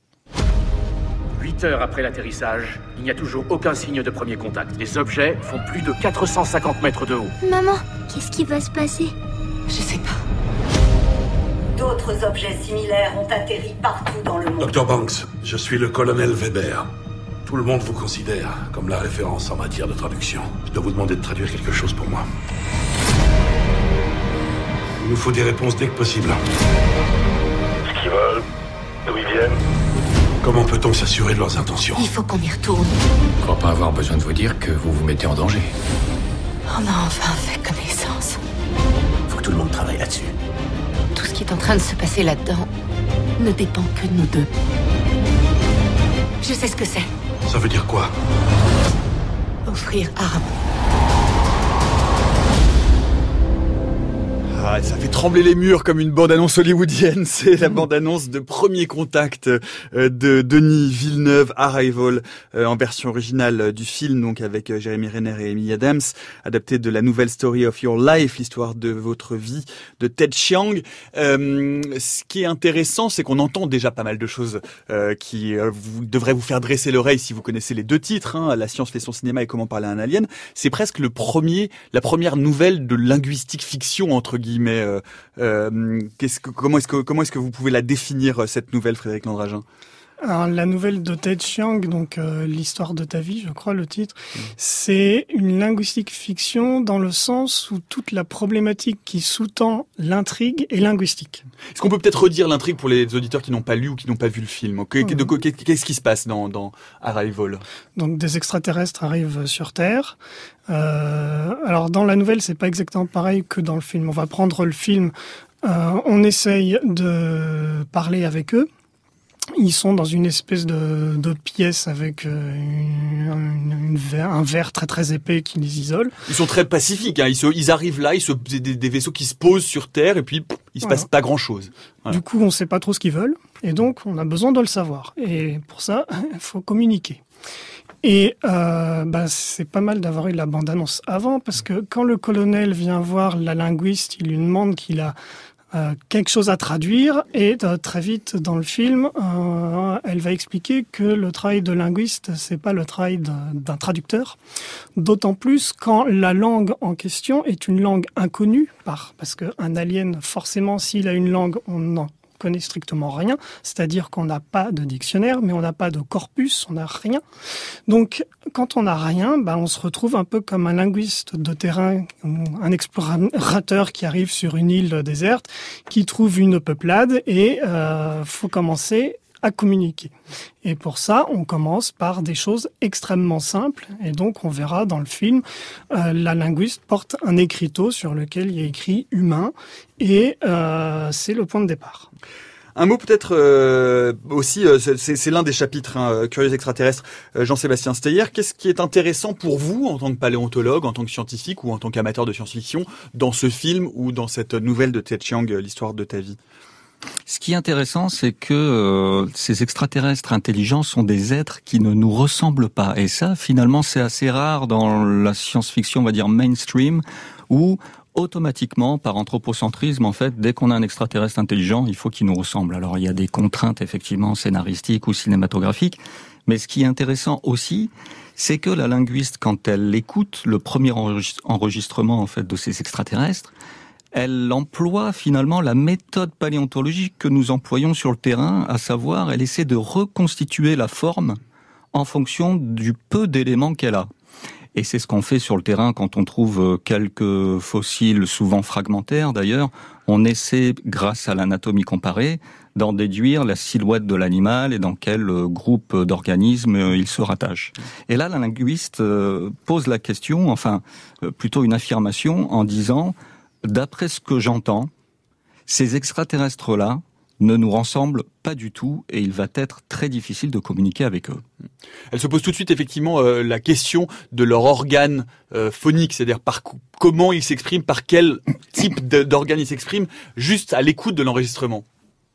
Huit heures après l'atterrissage, il n'y a toujours aucun signe de premier contact. Les objets font plus de quatre cent cinquante mètres de haut. Maman, qu'est-ce qui va se passer? Je sais pas. D'autres objets similaires ont atterri partout dans le monde. Docteur Banks, je suis le colonel Weber. Tout le monde vous considère comme la référence en matière de traduction. Je dois vous demander de traduire quelque chose pour moi. Il nous faut des réponses dès que possible. Ce qu'ils veulent, d'où ils viennent. Comment peut-on s'assurer de leurs intentions? Il faut qu'on y retourne. Je crois pas avoir besoin de vous dire que vous vous mettez en danger. On a enfin fait connaissance. Faut que tout le monde travaille là-dessus. Tout ce qui est en train de se passer là-dedans ne dépend que de nous deux. Je sais ce que c'est. Ça veut dire quoi? Offrir armes. Ah, ça fait trembler les murs comme une bande-annonce hollywoodienne. C'est la bande-annonce de Premier Contact euh, de Denis Villeneuve, Arrival, euh, en version originale du film, donc avec euh, Jeremy Renner et Amy Adams, adapté de la nouvelle Story of Your Life, l'histoire de votre vie, de Ted Chiang. Euh, ce qui est intéressant, c'est qu'on entend déjà pas mal de choses euh, qui euh, vous, devraient vous faire dresser l'oreille si vous connaissez les deux titres, hein, La science fait son cinéma et Comment parler à un alien. C'est presque le premier, la première nouvelle de linguistique fiction, entre guillemets. Mais euh, euh, qu'est-ce que, comment est-ce que comment est-ce que vous pouvez la définir, cette nouvelle, Frédéric Landragin? Alors, la nouvelle de Ted Chiang, donc euh, l'histoire de ta vie, je crois le titre, mmh. c'est une linguistique fiction dans le sens où toute la problématique qui sous-tend l'intrigue est linguistique. Est-ce qu'on peut peut-être redire l'intrigue pour les auditeurs qui n'ont pas lu ou qui n'ont pas vu le film? Qu'est-ce qui se passe dans, dans Arrival? Donc des extraterrestres arrivent sur Terre. Euh, alors dans la nouvelle, c'est pas exactement pareil que dans le film. On va prendre le film, euh, on essaye de parler avec eux. Ils sont dans une espèce de, de pièce avec une, une, une verre, un verre très très épais qui les isole. Ils sont très pacifiques, hein. ils, se, ils arrivent là, ils se, des, des vaisseaux qui se posent sur Terre et puis pff, il se voilà. passe pas grand chose. Voilà. Du coup, on sait pas trop ce qu'ils veulent et donc on a besoin de le savoir. Et pour ça, il faut communiquer. Et euh, bah, c'est pas mal d'avoir eu la bande-annonce avant parce que quand le colonel vient voir la linguiste, il lui demande qu'il a Euh, quelque chose à traduire et euh, très vite dans le film, euh, elle va expliquer que le travail de linguiste, c'est pas le travail d'un, d'un traducteur. D'autant plus quand la langue en question est une langue inconnue, par, parce qu'un alien, forcément, s'il a une langue, on n'en connaît strictement rien, c'est-à-dire qu'on n'a pas de dictionnaire, mais on n'a pas de corpus, on n'a rien. Donc, quand on n'a rien, bah, on se retrouve un peu comme un linguiste de terrain, un explorateur qui arrive sur une île déserte, qui trouve une peuplade et euh, faut commencer à communiquer. Et pour ça, on commence par des choses extrêmement simples. Et donc, on verra dans le film, euh, la linguiste porte un écriteau sur lequel il y a écrit « humain » et euh, c'est le point de départ. Un mot peut-être euh, aussi, euh, c'est, c'est l'un des chapitres, hein, Curieux extraterrestres, euh, Jean-Sébastien Steyer. Qu'est-ce qui est intéressant pour vous en tant que paléontologue, en tant que scientifique ou en tant qu'amateur de science-fiction dans ce film ou dans cette nouvelle de Ted Chiang, l'histoire de ta vie? Ce qui est intéressant, c'est que euh, ces extraterrestres intelligents sont des êtres qui ne nous ressemblent pas. Et ça, finalement, c'est assez rare dans la science-fiction, on va dire mainstream, où automatiquement, par anthropocentrisme, en fait, dès qu'on a un extraterrestre intelligent, il faut qu'il nous ressemble. Alors, il y a des contraintes, effectivement, scénaristiques ou cinématographiques. Mais ce qui est intéressant aussi, c'est que la linguiste, quand elle écoute le premier enregistrement, en fait, de ces extraterrestres, elle emploie finalement la méthode paléontologique que nous employons sur le terrain, à savoir, elle essaie de reconstituer la forme en fonction du peu d'éléments qu'elle a. Et c'est ce qu'on fait sur le terrain quand on trouve quelques fossiles, souvent fragmentaires d'ailleurs. On essaie, grâce à l'anatomie comparée, d'en déduire la silhouette de l'animal et dans quel groupe d'organismes il se rattache. Et là, la linguiste pose la question, enfin, plutôt une affirmation en disant... D'après ce que j'entends, ces extraterrestres-là ne nous ressemblent pas du tout et il va être très difficile de communiquer avec eux. Elle se pose tout de suite effectivement euh, la question de leur organe euh, phonique, c'est-à-dire par comment ils s'expriment, par quel type d'organe ils s'expriment, juste à l'écoute de l'enregistrement.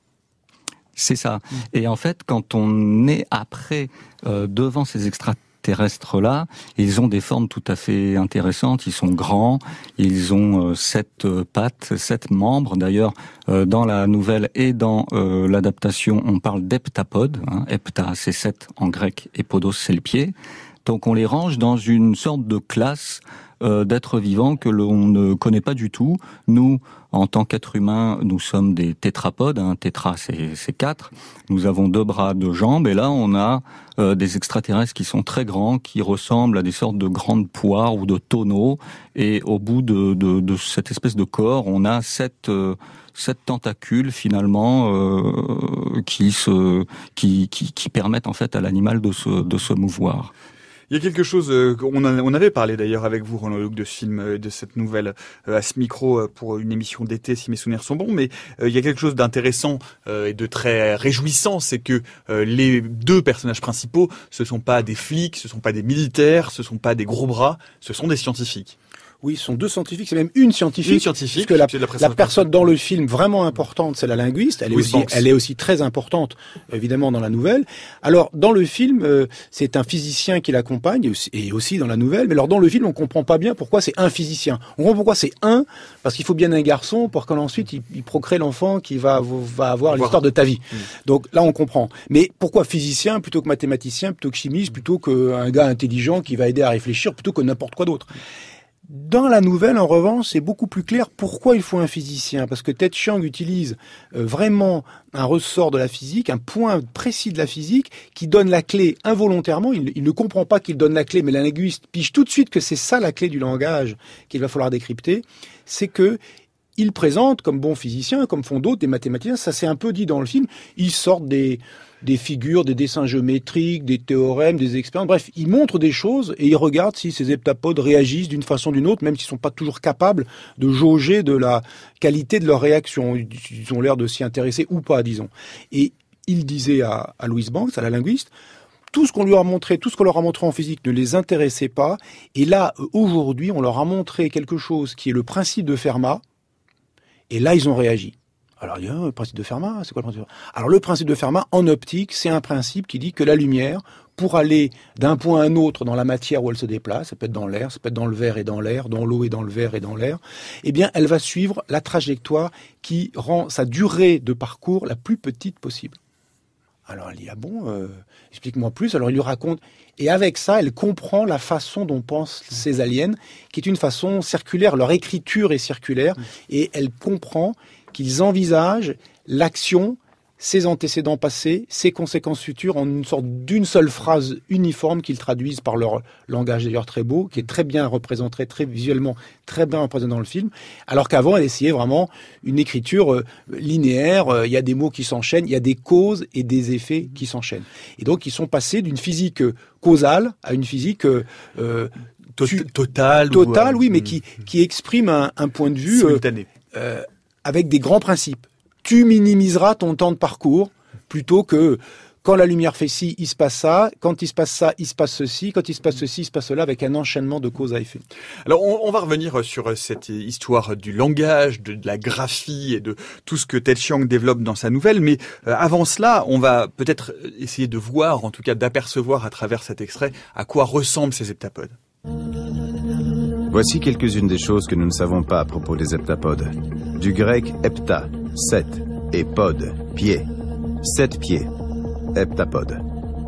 C'est ça. Et en fait, quand on est après, euh, devant ces extraterrestres-là, ils ont des formes tout à fait intéressantes. Ils sont grands, ils ont euh, sept euh, pattes, sept membres. D'ailleurs, euh, dans la nouvelle et dans euh, l'adaptation, on parle d'heptapodes. Hein. Hepta, c'est sept en grec, et podos, c'est le pied. Donc on les range dans une sorte de classe euh, d'êtres vivants que l'on ne connaît pas du tout. Nous, en tant qu'êtres humains, nous sommes des tétrapodes. Un tétra, c'est, c'est quatre. Nous avons deux bras, deux jambes. Et là, on a euh, des extraterrestres qui sont très grands, qui ressemblent à des sortes de grandes poires ou de tonneaux. Et au bout de, de, de cette espèce de corps, on a sept... Euh, sept tentacules finalement euh, qui se qui, qui qui permettent en fait à l'animal de se de se mouvoir. Il y a quelque chose, euh, on, a, on avait parlé d'ailleurs avec vous, Roland Leluc, de ce film, euh, de cette nouvelle euh, à ce micro euh, pour une émission d'été, si mes souvenirs sont bons, mais euh, il y a quelque chose d'intéressant euh, et de très réjouissant, c'est que euh, les deux personnages principaux, ce sont pas des flics, ce sont pas des militaires, ce sont pas des gros bras, ce sont des scientifiques. Oui, ce sont deux scientifiques, c'est même une scientifique. Une scientifique. Parce que la, la, la personne dans le film vraiment importante, c'est la linguiste. Elle est aussi, elle est aussi très importante, évidemment, dans la nouvelle. Alors, dans le film, euh, c'est un physicien qui l'accompagne, et aussi dans la nouvelle. Mais alors, dans le film, on comprend pas bien pourquoi c'est un physicien. On comprend pourquoi c'est un, parce qu'il faut bien un garçon pour qu'ensuite il, il procrée l'enfant qui va, va avoir l'histoire de ta vie. Mmh. Donc là, on comprend. Mais pourquoi physicien plutôt que mathématicien, plutôt que chimiste, plutôt qu'un gars intelligent qui va aider à réfléchir, plutôt que n'importe quoi d'autre? Dans la nouvelle, en revanche, c'est beaucoup plus clair pourquoi il faut un physicien. Parce que Ted Chiang utilise euh, vraiment un ressort de la physique, un point précis de la physique, qui donne la clé involontairement. Il, il ne comprend pas qu'il donne la clé, mais la linguiste pige tout de suite que c'est ça la clé du langage qu'il va falloir décrypter. C'est que il présente, comme bon physicien, comme font d'autres, des mathématiciens, ça c'est un peu dit dans le film, ils sortent des... des figures, des dessins géométriques, des théorèmes, des expériences, bref, ils montrent des choses et ils regardent si ces heptapodes réagissent d'une façon ou d'une autre, même s'ils ne sont pas toujours capables de jauger de la qualité de leur réaction. Ils ont l'air de s'y intéresser ou pas, disons. Et il disait à, à Louise Banks, à la linguiste, tout ce qu'on lui a montré, tout ce qu'on leur a montré en physique ne les intéressait pas. Et là, aujourd'hui, on leur a montré quelque chose qui est le principe de Fermat. Et là, ils ont réagi. Alors, il y a le principe de Fermat, c'est quoi le principe de Fermat ? Alors, le principe de Fermat, en optique, c'est un principe qui dit que la lumière, pour aller d'un point à un autre dans la matière où elle se déplace, ça peut être dans l'air, ça peut être dans le verre et dans l'air, dans l'eau et dans le verre et dans l'air, eh bien, elle va suivre la trajectoire qui rend sa durée de parcours la plus petite possible. Alors, elle dit, ah bon, euh, explique-moi plus. Alors, il lui raconte. Et avec ça, elle comprend la façon dont pensent ces aliens, qui est une façon circulaire. Leur écriture est circulaire. Et elle comprend qu'ils envisagent l'action, ses antécédents passés, ses conséquences futures en une sorte d'une seule phrase uniforme qu'ils traduisent par leur langage d'ailleurs très beau, qui est très bien représenté, très visuellement très bien représenté dans le film, alors qu'avant elle essayait vraiment une écriture euh, linéaire, euh, il y a des mots qui s'enchaînent, il y a des causes et des effets qui s'enchaînent. Et donc ils sont passés d'une physique causale à une physique euh, euh, tu, totale, totale, ou, oui, euh, mais qui, qui exprime un, un point de vue simultané. Euh, euh, avec des grands principes. Tu minimiseras ton temps de parcours plutôt que quand la lumière fait ci, il se passe ça, quand il se passe ça, il se passe ceci, quand il se passe ceci, il se passe cela, avec un enchaînement de cause à effet. Alors on, on va revenir sur cette histoire du langage, de, de la graphie et de tout ce que Ted Chiang développe dans sa nouvelle, mais euh, avant cela, on va peut-être essayer de voir, en tout cas d'apercevoir à travers cet extrait, à quoi ressemblent ces heptapodes. Voici quelques-unes des choses que nous ne savons pas à propos des heptapodes. Du grec hepta, sept, et pod, pied. Sept pieds. Heptapodes.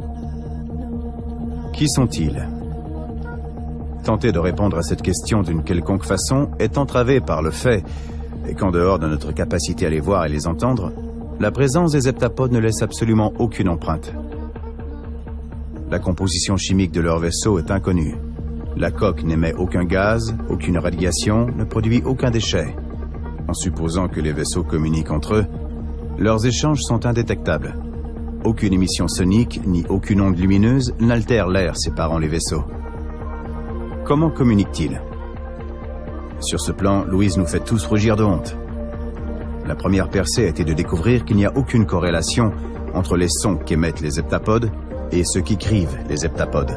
Qui sont-ils ? Tenter de répondre à cette question d'une quelconque façon est entravé par le fait, et qu'en dehors de notre capacité à les voir et les entendre, la présence des heptapodes ne laisse absolument aucune empreinte. La composition chimique de leur vaisseau est inconnue. La coque n'émet aucun gaz, aucune radiation, ne produit aucun déchet. En supposant que les vaisseaux communiquent entre eux, leurs échanges sont indétectables. Aucune émission sonique, ni aucune onde lumineuse n'altère l'air séparant les vaisseaux. Comment communiquent-ils ? Sur ce plan, Louise nous fait tous rougir de honte. La première percée a été de découvrir qu'il n'y a aucune corrélation entre les sons qu'émettent les heptapodes et ceux qu'écrivent les heptapodes.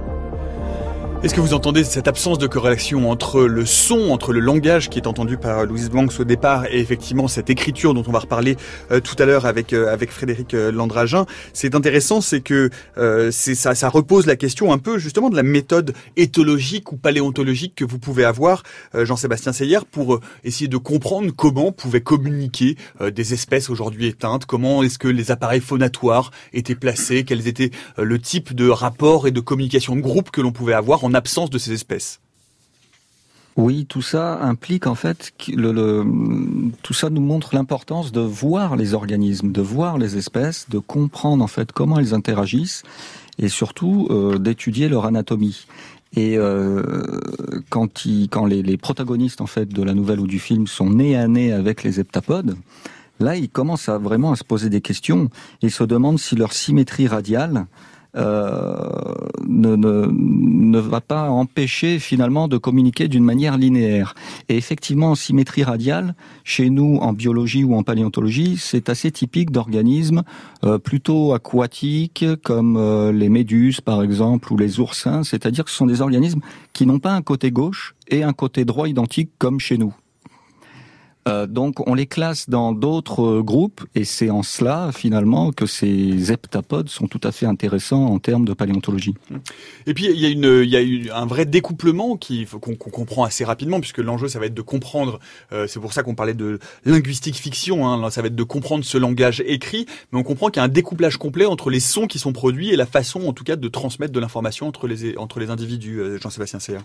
Est-ce que vous entendez cette absence de corrélation entre le son, entre le langage qui est entendu par Louise Blancs au départ et effectivement cette écriture dont on va reparler euh, tout à l'heure avec euh, avec Frédéric euh, Landragin. C'est intéressant, c'est que euh, c'est ça, ça repose la question un peu justement de la méthode éthologique ou paléontologique que vous pouvez avoir, euh, Jean-Sébastien Seyer, pour euh, essayer de comprendre comment pouvaient communiquer euh, des espèces aujourd'hui éteintes, comment est-ce que les appareils phonatoires étaient placés, quels étaient euh, le type de rapport et de communication de groupe que l'on pouvait avoir en absence de ces espèces. Oui, tout ça implique en fait, le, le, tout ça nous montre l'importance de voir les organismes, de voir les espèces, de comprendre en fait comment elles interagissent et surtout euh, d'étudier leur anatomie. Et euh, quand, ils, quand les, les protagonistes en fait de la nouvelle ou du film sont nez à nez avec les heptapodes, là ils commencent à vraiment à se poser des questions. Ils se demandent si leur symétrie radiale Euh, ne, ne, ne va pas empêcher finalement de communiquer d'une manière linéaire. Et effectivement, en symétrie radiale, chez nous, en biologie ou en paléontologie, c'est assez typique d'organismes euh, plutôt aquatiques, comme euh, les méduses par exemple, ou les oursins, c'est-à-dire que ce sont des organismes qui n'ont pas un côté gauche et un côté droit identique comme chez nous. Euh, donc on les classe dans d'autres groupes et c'est en cela finalement que ces heptapodes sont tout à fait intéressants en termes de paléontologie. Et puis il y a une, il y a une, un vrai découplement qui qu'on, qu'on comprend assez rapidement puisque l'enjeu ça va être de comprendre. Euh, c'est pour ça qu'on parlait de linguistique fiction. Hein, ça va être de comprendre ce langage écrit, mais on comprend qu'il y a un découplage complet entre les sons qui sont produits et la façon en tout cas de transmettre de l'information entre les entre les individus. Euh, Jean-Sébastien Seyer.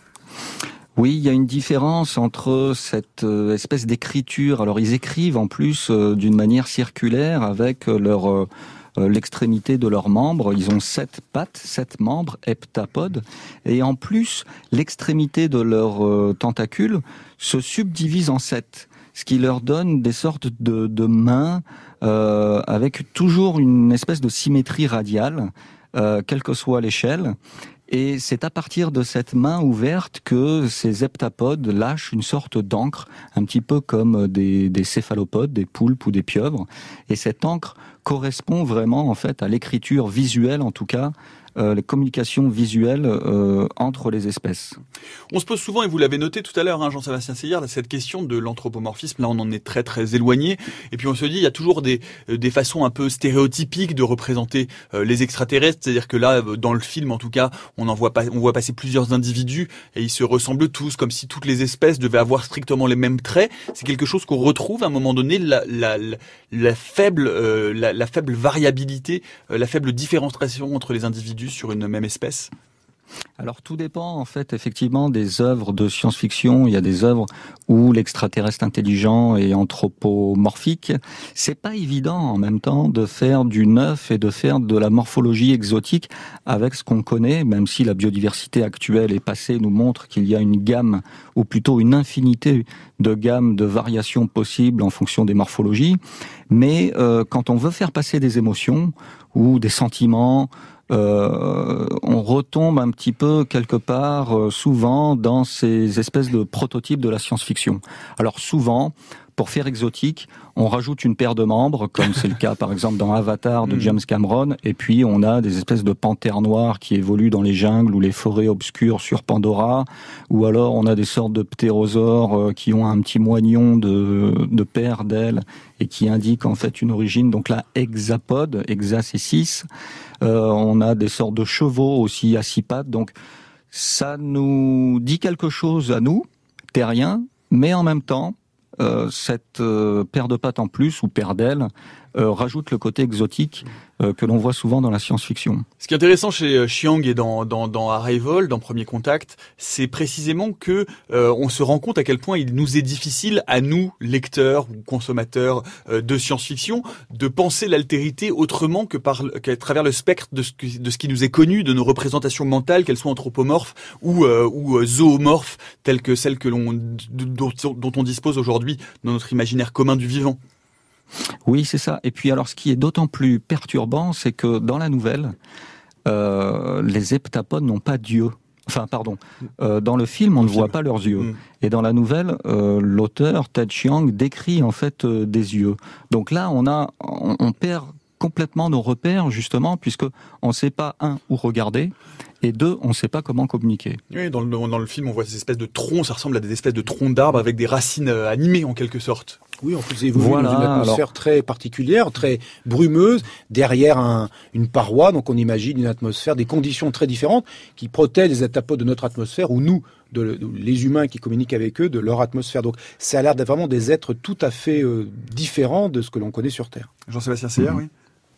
Oui, il y a une différence entre cette euh, espèce d'écriture. Alors, ils écrivent en plus euh, d'une manière circulaire avec euh, leur euh, l'extrémité de leurs membres. Ils ont sept pattes, sept membres, heptapodes, et en plus, l'extrémité de leurs euh, tentacules se subdivise en sept, ce qui leur donne des sortes de, de mains euh, avec toujours une espèce de symétrie radiale, euh, quelle que soit l'échelle. Et c'est à partir de cette main ouverte que ces heptapodes lâchent une sorte d'encre, un petit peu comme des, des céphalopodes, des poulpes ou des pieuvres. Et cette encre correspond vraiment en fait à l'écriture visuelle, en tout cas, euh, les communications visuelles euh, entre les espèces. On se pose souvent, et vous l'avez noté tout à l'heure, hein, Jean-Sébastien Seyer, cette question de l'anthropomorphisme. Là, on en est très très éloigné. Et puis on se dit, il y a toujours des des façons un peu stéréotypiques de représenter euh, les extraterrestres. C'est-à-dire que là, dans le film, en tout cas, on en voit pas, on voit passer plusieurs individus et ils se ressemblent tous, comme si toutes les espèces devaient avoir strictement les mêmes traits. C'est quelque chose qu'on retrouve à un moment donné, la la la, la faible euh, la, la faible variabilité, euh, la faible différenciation entre les individus sur une même espèce. Alors tout dépend en fait effectivement des œuvres de science-fiction. Il y a des œuvres où l'extraterrestre intelligent est anthropomorphique. C'est pas évident en même temps de faire du neuf et de faire de la morphologie exotique avec ce qu'on connaît, même si la biodiversité actuelle et passée nous montre qu'il y a une gamme, ou plutôt une infinité de gammes de variations possibles en fonction des morphologies. Mais euh, quand on veut faire passer des émotions ou des sentiments, Euh, on retombe un petit peu quelque part euh, souvent dans ces espèces de prototypes de la science-fiction. Alors souvent, pour faire exotique, on rajoute une paire de membres, comme c'est le cas par exemple dans Avatar de James Cameron, et puis on a des espèces de panthères noires qui évoluent dans les jungles ou les forêts obscures sur Pandora, ou alors on a des sortes de ptérosaures euh, qui ont un petit moignon de, de paires d'ailes et qui indiquent en fait une origine, donc là hexapode, hexa c'est six. Euh, on a des sortes de chevaux aussi à six pattes, donc ça nous dit quelque chose à nous, terriens, mais en même temps, euh, cette euh, paire de pattes en plus, ou paire d'ailes, euh, rajoute le côté exotique euh, que l'on voit souvent dans la science-fiction. Ce qui est intéressant chez Chiang et dans, dans, dans Arrival, dans Premier Contact, c'est précisément que euh, on se rend compte à quel point il nous est difficile, à nous, lecteurs ou consommateurs euh, de science-fiction, de penser l'altérité autrement que par, qu'à travers le spectre de ce, que, de ce qui nous est connu, de nos représentations mentales, qu'elles soient anthropomorphes ou, euh, ou euh, zoomorphes, telles que celles que l'on, dont, dont on dispose aujourd'hui dans notre imaginaire commun du vivant. Oui, c'est ça. Et puis alors, ce qui est d'autant plus perturbant, c'est que dans la nouvelle, euh, les heptapodes n'ont pas d'yeux. Enfin, pardon. Euh, dans le film, on ne voit pas leurs yeux. Mmh. Et dans la nouvelle, euh, l'auteur, Ted Chiang, décrit en fait euh, des yeux. Donc là, on a, on, on perd complètement nos repères, justement, puisque on ne sait pas, un, où regarder, et deux, on ne sait pas comment communiquer. Oui, dans le, dans le film, on voit ces espèces de troncs, ça ressemble à des espèces de troncs d'arbres avec des racines euh, animées, en quelque sorte. Oui, en plus, évolue voilà, dans une atmosphère alors... très particulière, très brumeuse, derrière un, une paroi, donc on imagine une atmosphère, des conditions très différentes qui protègent les heptapodes de notre atmosphère, ou nous, de, de, les humains qui communiquent avec eux, de leur atmosphère. Donc ça a l'air d'être vraiment des êtres tout à fait euh, différents de ce que l'on connaît sur Terre. Jean-Sébastien Seillard, mmh. oui.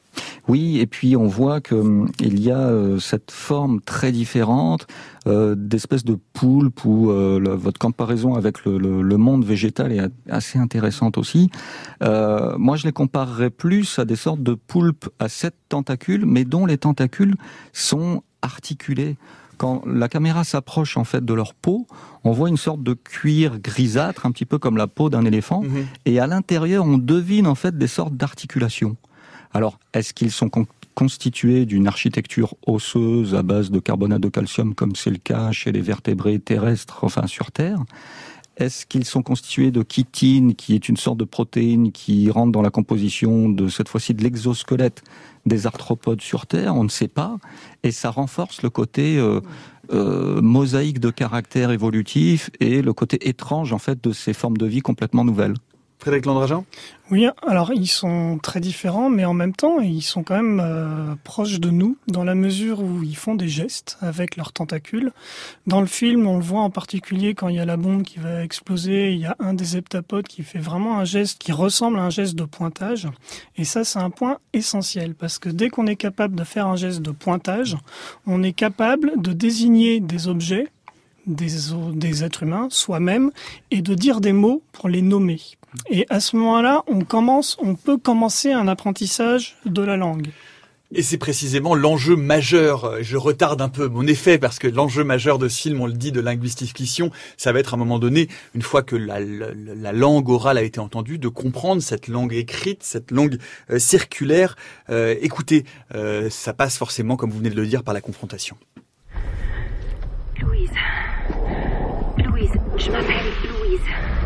Oui, et puis on voit que hum, il y a euh, cette forme très différente euh, d'espèce de poulpe où euh, le, votre comparaison avec le, le, le monde végétal est assez intéressante aussi. Euh, moi, je les comparerais plus à des sortes de poulpes à sept tentacules, mais dont les tentacules sont articulés. Quand la caméra s'approche en fait de leur peau, on voit une sorte de cuir grisâtre, un petit peu comme la peau d'un éléphant, mmh. et à l'intérieur, on devine en fait des sortes d'articulations. Alors, est-ce qu'ils sont con- constitués d'une architecture osseuse à base de carbonate de calcium, comme c'est le cas chez les vertébrés terrestres, enfin sur Terre ? Est-ce qu'ils sont constitués de chitine, qui est une sorte de protéine qui rentre dans la composition de, cette fois-ci, de l'exosquelette des arthropodes sur Terre ? On ne sait pas. Et ça renforce le côté euh, euh, mosaïque de caractère évolutif et le côté étrange, en fait, de ces formes de vie complètement nouvelles. Frédéric Landragin ? Oui, alors ils sont très différents, mais en même temps, ils sont quand même euh, proches de nous, dans la mesure où ils font des gestes avec leurs tentacules. Dans le film, on le voit en particulier quand il y a la bombe qui va exploser, il y a un des heptapodes qui fait vraiment un geste qui ressemble à un geste de pointage. Et ça, c'est un point essentiel, parce que dès qu'on est capable de faire un geste de pointage, on est capable de désigner des objets, des, des êtres humains, soi-même, et de dire des mots pour les nommer. Et à ce moment-là, on commence, on peut commencer un apprentissage de la langue. Et c'est précisément l'enjeu majeur. Je retarde un peu mon effet parce que l'enjeu majeur de ce film, on le dit, de linguistique fiction, ça va être à un moment donné, une fois que la, la, la langue orale a été entendue, de comprendre cette langue écrite, cette langue euh, circulaire. Euh, écoutez, euh, ça passe forcément, comme vous venez de le dire, par la confrontation. Louise. Louise, je m'appelle Louise.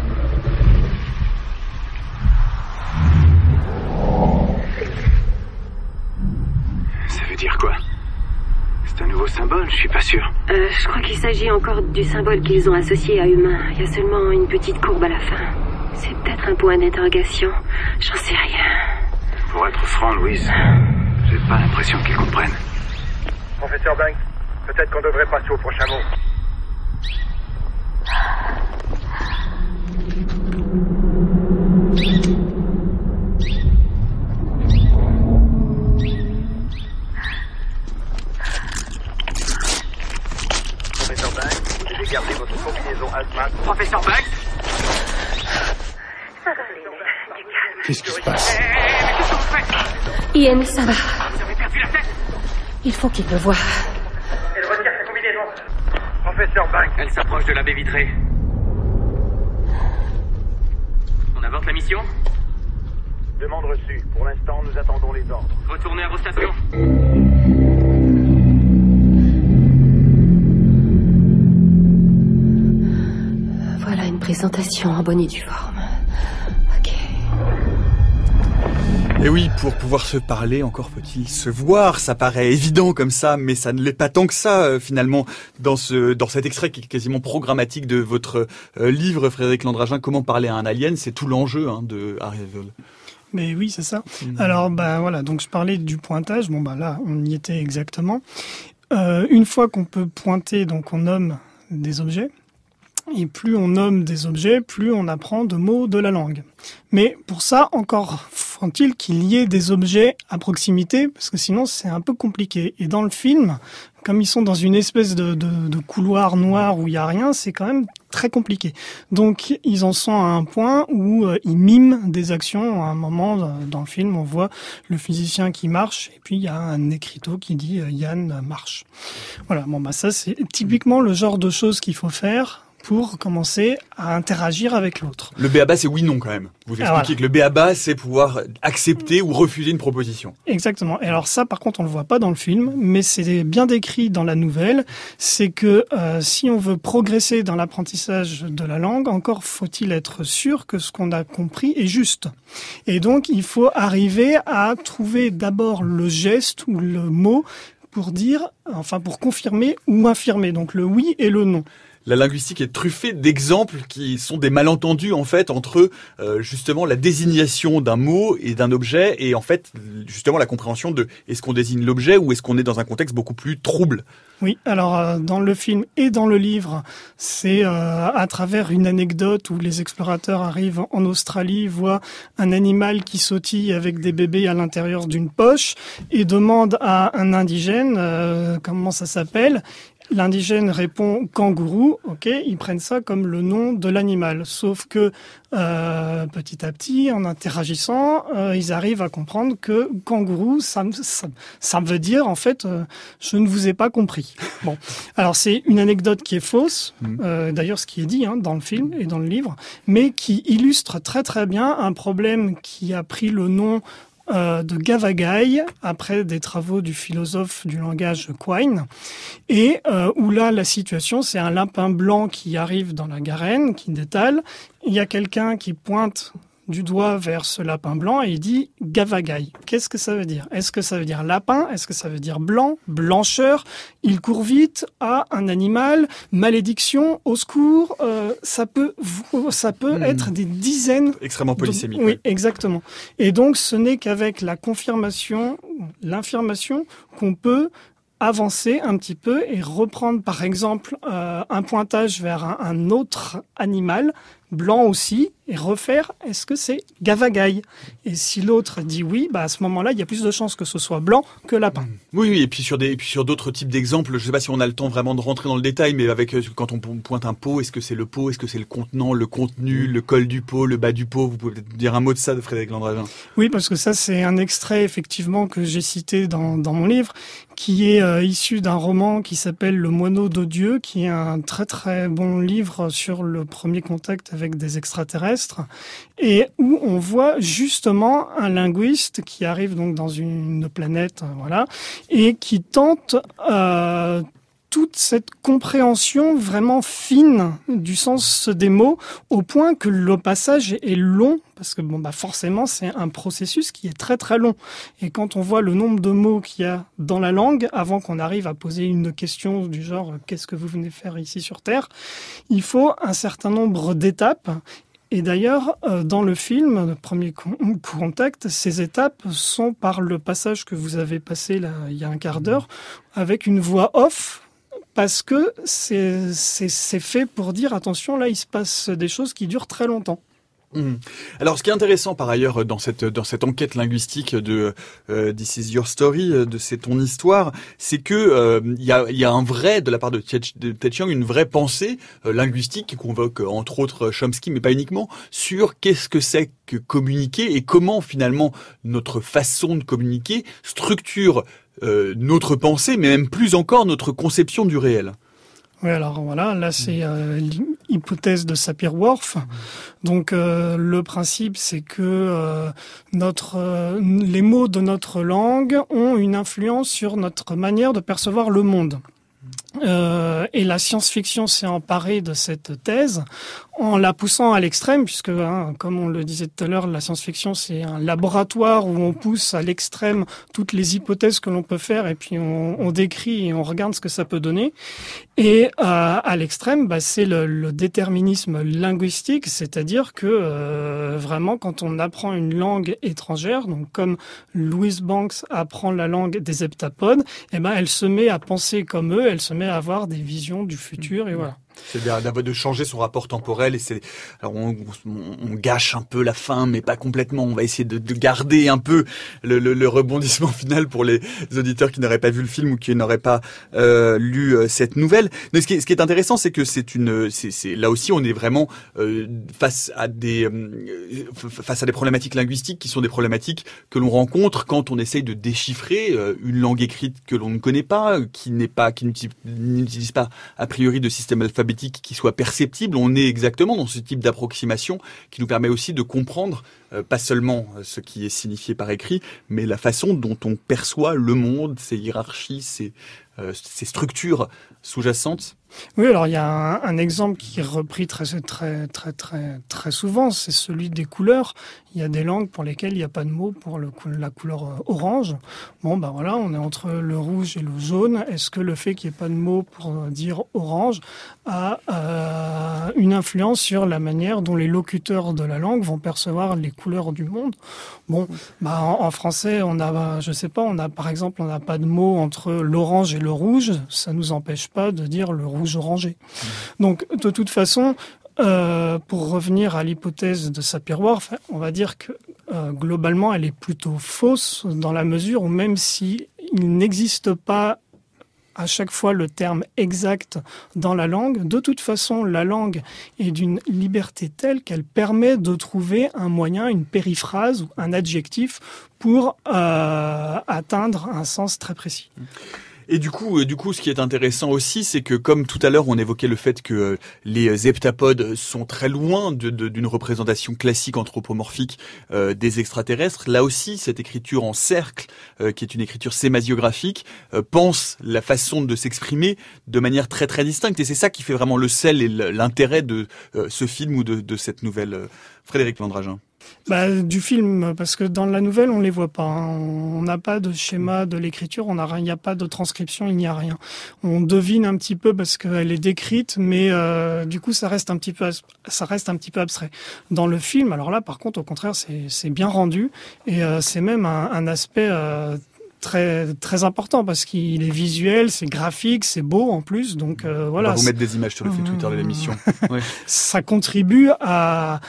Ça veut dire quoi? C'est un nouveau symbole, je suis pas sûr. Euh, je crois qu'il s'agit encore du symbole qu'ils ont associé à humain. Il y a seulement une petite courbe à la fin. C'est peut-être un point d'interrogation. J'en sais rien. Pour être franc, Louise, j'ai pas l'impression qu'ils comprennent. Professeur Banks, peut-être qu'on devrait passer au prochain mot. Professeur Banks, vous devez garder votre combinaison hazmat. Professeur Banks? Ça va aller, du calme. Qu'est-ce qui se passe? Eh, mais qu'est-ce que vous faites? Ian, ça va. Vous avez perdu la tête? Il faut qu'il le voie. Elle retire sa combinaison. Professeur Banks. Elle s'approche de la baie vitrée. On avorte la mission? Demande reçue. Pour l'instant, nous attendons les ordres. Retournez à vos stations. Voilà une présentation en bonne et due forme. Ok. Et oui, pour pouvoir se parler, encore faut-il se voir. Ça paraît évident comme ça, mais ça ne l'est pas tant que ça, euh, finalement, dans ce dans cet extrait qui est quasiment programmatique de votre euh, livre, Frédéric Landragin, Comment parler à un alien. C'est tout l'enjeu hein, de Arrival. Mais oui, c'est ça. Mmh. Alors, bah voilà, donc je parlais du pointage. Bon, bah là, on y était exactement. Euh, une fois qu'on peut pointer, donc on nomme des objets. Et plus on nomme des objets, plus on apprend de mots de la langue. Mais pour ça, encore faut-il qu'il y ait des objets à proximité, parce que sinon c'est un peu compliqué. Et dans le film, comme ils sont dans une espèce de, de, de couloir noir où il n'y a rien, c'est quand même très compliqué. Donc ils en sont à un point où euh, ils miment des actions. À un moment dans le film, on voit le physicien qui marche, et puis il y a un écriteau qui dit euh, « Yann marche ». Voilà, bon bah ça c'est typiquement le genre de choses qu'il faut faire pour commencer à interagir avec l'autre. Le b a-ba, c'est oui-non quand même. Vous expliquez voilà. que le b a-ba, c'est pouvoir accepter ou refuser une proposition. Exactement. Et alors ça, par contre, on le voit pas dans le film, mais c'est bien décrit dans la nouvelle. C'est que euh, si on veut progresser dans l'apprentissage de la langue, encore faut-il être sûr que ce qu'on a compris est juste. Et donc, il faut arriver à trouver d'abord le geste ou le mot pour dire, enfin pour confirmer ou infirmer. Donc le oui et le non. La linguistique est truffée d'exemples qui sont des malentendus en fait entre euh, justement la désignation d'un mot et d'un objet et en fait justement la compréhension de est-ce qu'on désigne l'objet ou est-ce qu'on est dans un contexte beaucoup plus trouble. Oui, alors euh, dans le film et dans le livre, c'est euh, à travers une anecdote où les explorateurs arrivent en Australie, voient un animal qui sautille avec des bébés à l'intérieur d'une poche et demandent à un indigène euh, comment ça s'appelle. L'indigène répond kangourou, ok, ils prennent ça comme le nom de l'animal. Sauf que euh, petit à petit, en interagissant, euh, ils arrivent à comprendre que kangourou, ça, ça, ça veut dire en fait, euh, je ne vous ai pas compris. Bon, alors c'est une anecdote qui est fausse, euh, d'ailleurs ce qui est dit hein, dans le film et dans le livre, mais qui illustre très très bien un problème qui a pris le nom Euh, de Gavagai, après des travaux du philosophe du langage Quine, et euh, où là, la situation, c'est un lapin blanc qui arrive dans la garenne, qui détale, il y a quelqu'un qui pointe du doigt vers ce lapin blanc et il dit « Gavagai ». Qu'est-ce que ça veut dire ? Est-ce que ça veut dire lapin ? Est-ce que ça veut dire blanc ? Blancheur ? Il court vite à un animal ? Malédiction ? Au secours ? euh, Ça peut, ça peut mmh. être des dizaines... Extrêmement polysémique. De... Oui, exactement. Et donc, ce n'est qu'avec la confirmation, l'information, qu'on peut avancer un petit peu et reprendre, par exemple, euh, un pointage vers un, un autre animal, blanc aussi, et refaire, est-ce que c'est Gavagai ? Et si l'autre dit oui, bah à ce moment-là, il y a plus de chances que ce soit blanc que lapin. Oui, oui, et puis sur des, et puis sur d'autres types d'exemples, je ne sais pas si on a le temps vraiment de rentrer dans le détail, mais avec quand on pointe un pot, est-ce que c'est le pot, est-ce que c'est le contenant, le contenu, le col du pot, le bas du pot ? Vous pouvez peut-être dire un mot de ça, de Frédéric Landravin. Oui, parce que ça, c'est un extrait effectivement que j'ai cité dans, dans mon livre, qui est euh, issu d'un roman qui s'appelle Le Moineau d'Odieux, qui est un très très bon livre sur le premier contact avec des extraterrestres, et où on voit justement un linguiste qui arrive donc dans une planète, voilà, et qui tente euh, toute cette compréhension vraiment fine du sens des mots, au point que le passage est long, parce que bon bah forcément c'est un processus qui est très très long. Et quand on voit le nombre de mots qu'il y a dans la langue, avant qu'on arrive à poser une question du genre « qu'est-ce que vous venez faire ici sur Terre ?», il faut un certain nombre d'étapes. Et d'ailleurs, dans le film, le premier contact, ces étapes sont par le passage que vous avez passé là, il y a un quart d'heure, avec une voix off, parce que c'est, c'est, c'est fait pour dire, attention, là, il se passe des choses qui durent très longtemps. Mmh. Alors, ce qui est intéressant par ailleurs dans cette dans cette enquête linguistique de euh, This Is Your Story, de C'est ton histoire, c'est que euh, il y a il y a un vrai de la part de Ted Chiang une vraie pensée euh, linguistique qui convoque entre autres Chomsky, mais pas uniquement, sur qu'est-ce que c'est que communiquer et comment finalement notre façon de communiquer structure euh, notre pensée, mais même plus encore notre conception du réel. Oui, alors voilà, là c'est euh, l'hypothèse de Sapir-Whorf. Donc euh, le principe c'est que euh, notre euh, les mots de notre langue ont une influence sur notre manière de percevoir le monde. Euh, et la science-fiction s'est emparée de cette thèse en la poussant à l'extrême, puisque, hein, comme on le disait tout à l'heure, la science-fiction, c'est un laboratoire où on pousse à l'extrême toutes les hypothèses que l'on peut faire, et puis on, on décrit et on regarde ce que ça peut donner. Et euh, à l'extrême, bah, c'est le, le déterminisme linguistique, c'est-à-dire que euh, vraiment, quand on apprend une langue étrangère, donc comme Louise Banks apprend la langue des heptapodes, eh ben, elle se met à penser comme eux, elle se met à avoir des visions du futur, et voilà. C'est de changer son rapport temporel et c'est alors on, on, on gâche un peu la fin mais pas complètement, on va essayer de, de garder un peu le, le, le rebondissement final pour les auditeurs qui n'auraient pas vu le film ou qui n'auraient pas euh, lu euh, cette nouvelle. Mais ce qui est, ce qui est intéressant c'est que c'est une c'est, c'est là aussi on est vraiment euh, face à des euh, face à des problématiques linguistiques qui sont des problématiques que l'on rencontre quand on essaye de déchiffrer euh, une langue écrite que l'on ne connaît pas, qui n'est pas qui n'utilise pas a priori de système alphabétique alphabétique qui soit perceptible. On est exactement dans ce type d'approximation qui nous permet aussi de comprendre euh, pas seulement ce qui est signifié par écrit, mais la façon dont on perçoit le monde, ses hiérarchies, ses, euh, ses structures sous-jacentes. Oui, alors il y a un, un exemple qui est repris très, très, très, très, très souvent, c'est celui des couleurs. Il y a des langues pour lesquelles il n'y a pas de mot pour le, la couleur orange. Bon, ben voilà, on est entre le rouge et le jaune. Est-ce que le fait qu'il n'y ait pas de mot pour dire orange a euh, une influence sur la manière dont les locuteurs de la langue vont percevoir les couleurs du monde? Bon, bah en, en français, on a, je sais pas, on a par exemple, on n'a pas de mot entre l'orange et le rouge. Ça nous empêche pas de dire le rouge orangé. Donc, de toute façon, euh, pour revenir à l'hypothèse de Sapir-Whorf, on va dire que euh, globalement, elle est plutôt fausse dans la mesure où même si il n'existe pas à chaque fois le terme exact dans la langue, de toute façon, la langue est d'une liberté telle qu'elle permet de trouver un moyen, une périphrase ou un adjectif pour euh, atteindre un sens très précis. Et du coup, du coup, ce qui est intéressant aussi, c'est que comme tout à l'heure, on évoquait le fait que les heptapodes sont très loin de, de, d'une représentation classique anthropomorphique euh, des extraterrestres. Là aussi, cette écriture en cercle, euh, qui est une écriture sémasiographique, euh, pense la façon de s'exprimer de manière très très distincte. Et c'est ça qui fait vraiment le sel et l'intérêt de euh, ce film ou de, de cette nouvelle. Euh, Frédéric Landragin. Bah, du film, parce que dans la nouvelle, on les voit pas. Hein. On n'a pas de schéma de l'écriture, on a, il n'y a pas de transcription, il n'y a rien. On devine un petit peu parce qu'elle est décrite, mais euh, du coup, ça reste un petit peu, ça reste un petit peu abstrait. Dans le film, alors là, par contre, au contraire, c'est, c'est bien rendu et euh, c'est même un, un aspect euh, très très important parce qu'il est visuel, c'est graphique, c'est beau en plus. Donc euh, voilà. On va vous mettre des images sur le fil Twitter de l'émission. Ouais. Ça contribue à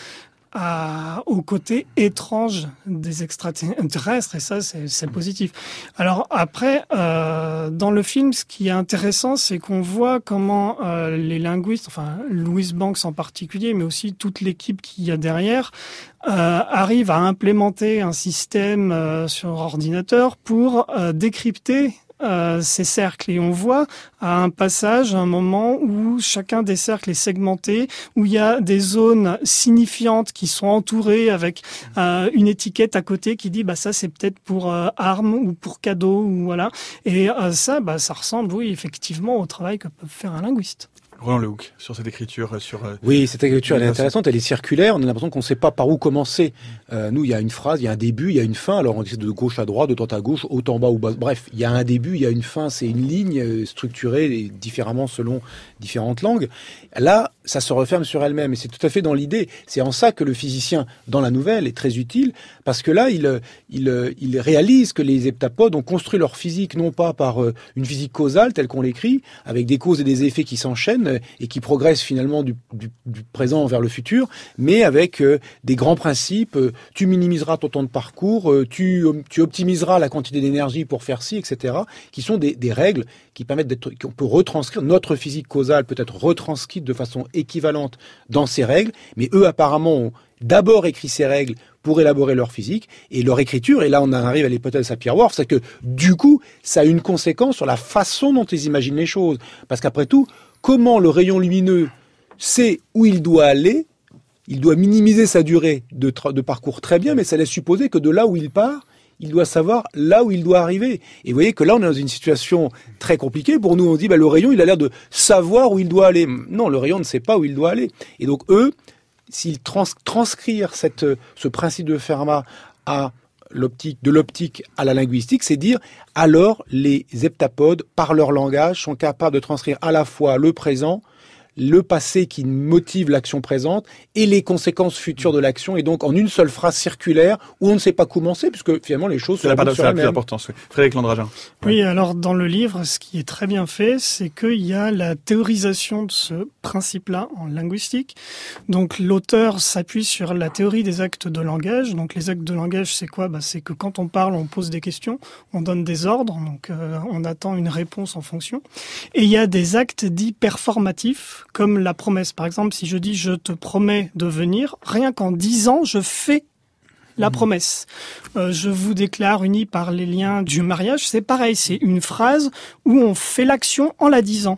À, au côté étrange des extraterrestres, et ça, c'est, c'est positif. Alors après, euh, dans le film, ce qui est intéressant, c'est qu'on voit comment euh, les linguistes, enfin Louise Banks en particulier, mais aussi toute l'équipe qu'il y a derrière, euh, arrivent à implémenter un système euh, sur ordinateur pour euh, décrypter Euh, ces cercles, et on voit à un passage un moment où chacun des cercles est segmenté, où il y a des zones signifiantes qui sont entourées avec euh, une étiquette à côté qui dit bah ça c'est peut-être pour euh, armes ou pour cadeaux ou voilà, et euh, ça bah ça ressemble oui effectivement au travail que peut faire un linguiste. Roland Lehoucq, sur cette écriture, sur... Euh, oui, cette écriture, elle est intéressante, elle est circulaire, on a l'impression qu'on ne sait pas par où commencer. Euh, nous, il y a une phrase, il y a un début, il y a une fin, alors on dit de gauche à droite, de droite à gauche, haut en bas ou bas, bref, il y a un début, il y a une fin, c'est une ligne structurée différemment selon différentes langues. Là, ça se referme sur elle-même, et c'est tout à fait dans l'idée. C'est en ça que le physicien, dans la nouvelle, est très utile, parce que là, il, il, il réalise que les heptapodes ont construit leur physique, non pas par une physique causale, telle qu'on l'écrit, avec des causes et des effets qui s'enchaînent, et qui progresse finalement du, du, du présent vers le futur, mais avec euh, des grands principes. Euh, tu minimiseras ton temps de parcours, euh, tu, tu optimiseras la quantité d'énergie pour faire ci, et cetera, qui sont des, des règles qui permettent d'être, qu'on peut retranscrire. Notre physique causale peut être retranscrite de façon équivalente dans ces règles, mais eux apparemment ont d'abord écrit ces règles pour élaborer leur physique, et leur écriture, et là on en arrive à l'hypothèse Sapir-Whorf, c'est que du coup, ça a une conséquence sur la façon dont ils imaginent les choses. Parce qu'après tout, comment le rayon lumineux sait où il doit aller? Il doit minimiser sa durée de, tra- de parcours très bien, mais ça laisse supposer que de là où il part, il doit savoir là où il doit arriver. Et vous voyez que là, on est dans une situation très compliquée. Pour nous, on dit, bah, le rayon, il a l'air de savoir où il doit aller. Non, le rayon ne sait pas où il doit aller. Et donc, eux, s'ils trans- transcrire cette, ce principe de Fermat à l'optique, de l'optique à la linguistique, c'est dire alors les heptapodes, par leur langage, sont capables de transcrire à la fois le présent, le passé qui motive l'action présente et les conséquences futures de l'action, et donc en une seule phrase circulaire où on ne sait pas commencer, puisque finalement les choses sont sur la plus importance. Oui. Frédéric Landragin. Oui, ouais. Alors dans le livre, ce qui est très bien fait, c'est qu'il y a la théorisation de ce principe-là en linguistique. Donc l'auteur s'appuie sur la théorie des actes de langage. Donc les actes de langage, c'est quoi ? Bah, c'est que quand on parle, on pose des questions, on donne des ordres, donc euh, on attend une réponse en fonction. Et il y a des actes dits performatifs, comme la promesse. Par exemple, si je dis « je te promets de venir », rien qu'en disant « je fais la promesse euh, ». Je vous déclare unis par les liens du mariage, c'est pareil, c'est une phrase où on fait l'action en la disant.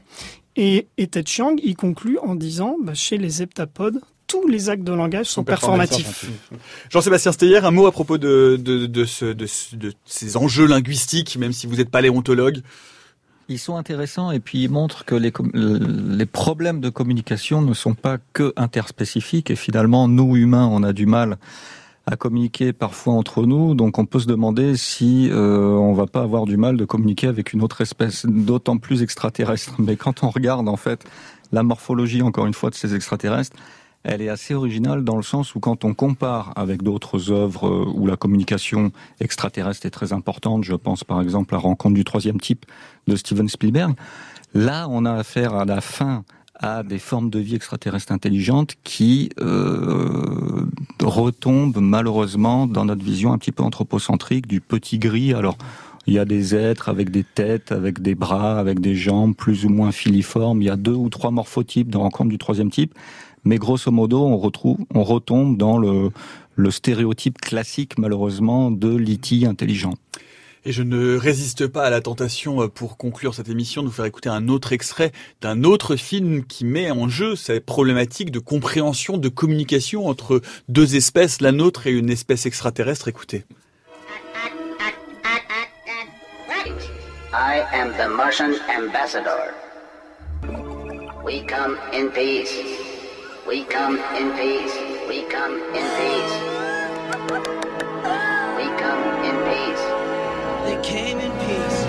Et, et Ted Chiang, il conclut en disant, bah, chez les heptapodes, tous les actes de langage sont performatifs. Jean-Sébastien Steyer, un mot à propos de, de, de, ce, de, de ces enjeux linguistiques, même si vous n'êtes pas paléontologue. Ils sont intéressants et puis ils montrent que les, les problèmes de communication ne sont pas que interspécifiques et finalement, nous humains, on a du mal à communiquer parfois entre nous, donc on peut se demander si euh, on va pas avoir du mal de communiquer avec une autre espèce, d'autant plus extraterrestre. Mais quand on regarde en fait la morphologie, encore une fois, de ces extraterrestres, elle est assez originale dans le sens où quand on compare avec d'autres œuvres où la communication extraterrestre est très importante, je pense par exemple à Rencontre du troisième type de Steven Spielberg, là on a affaire à la fin à des formes de vie extraterrestres intelligentes qui euh, retombent malheureusement dans notre vision un petit peu anthropocentrique du petit gris. Alors il y a des êtres avec des têtes, avec des bras, avec des jambes plus ou moins filiformes, il y a deux ou trois morphotypes de Rencontre du troisième type. Mais grosso modo, on retrouve, on retombe dans le, le stéréotype classique, malheureusement, de l'E T intelligent. Et je ne résiste pas à la tentation, pour conclure cette émission, de vous faire écouter un autre extrait d'un autre film qui met en jeu cette problématique de compréhension, de communication entre deux espèces, la nôtre et une espèce extraterrestre. Écoutez. I am the Martian ambassador. We come in peace. We come in peace. We come in peace. We come in peace. They came in peace.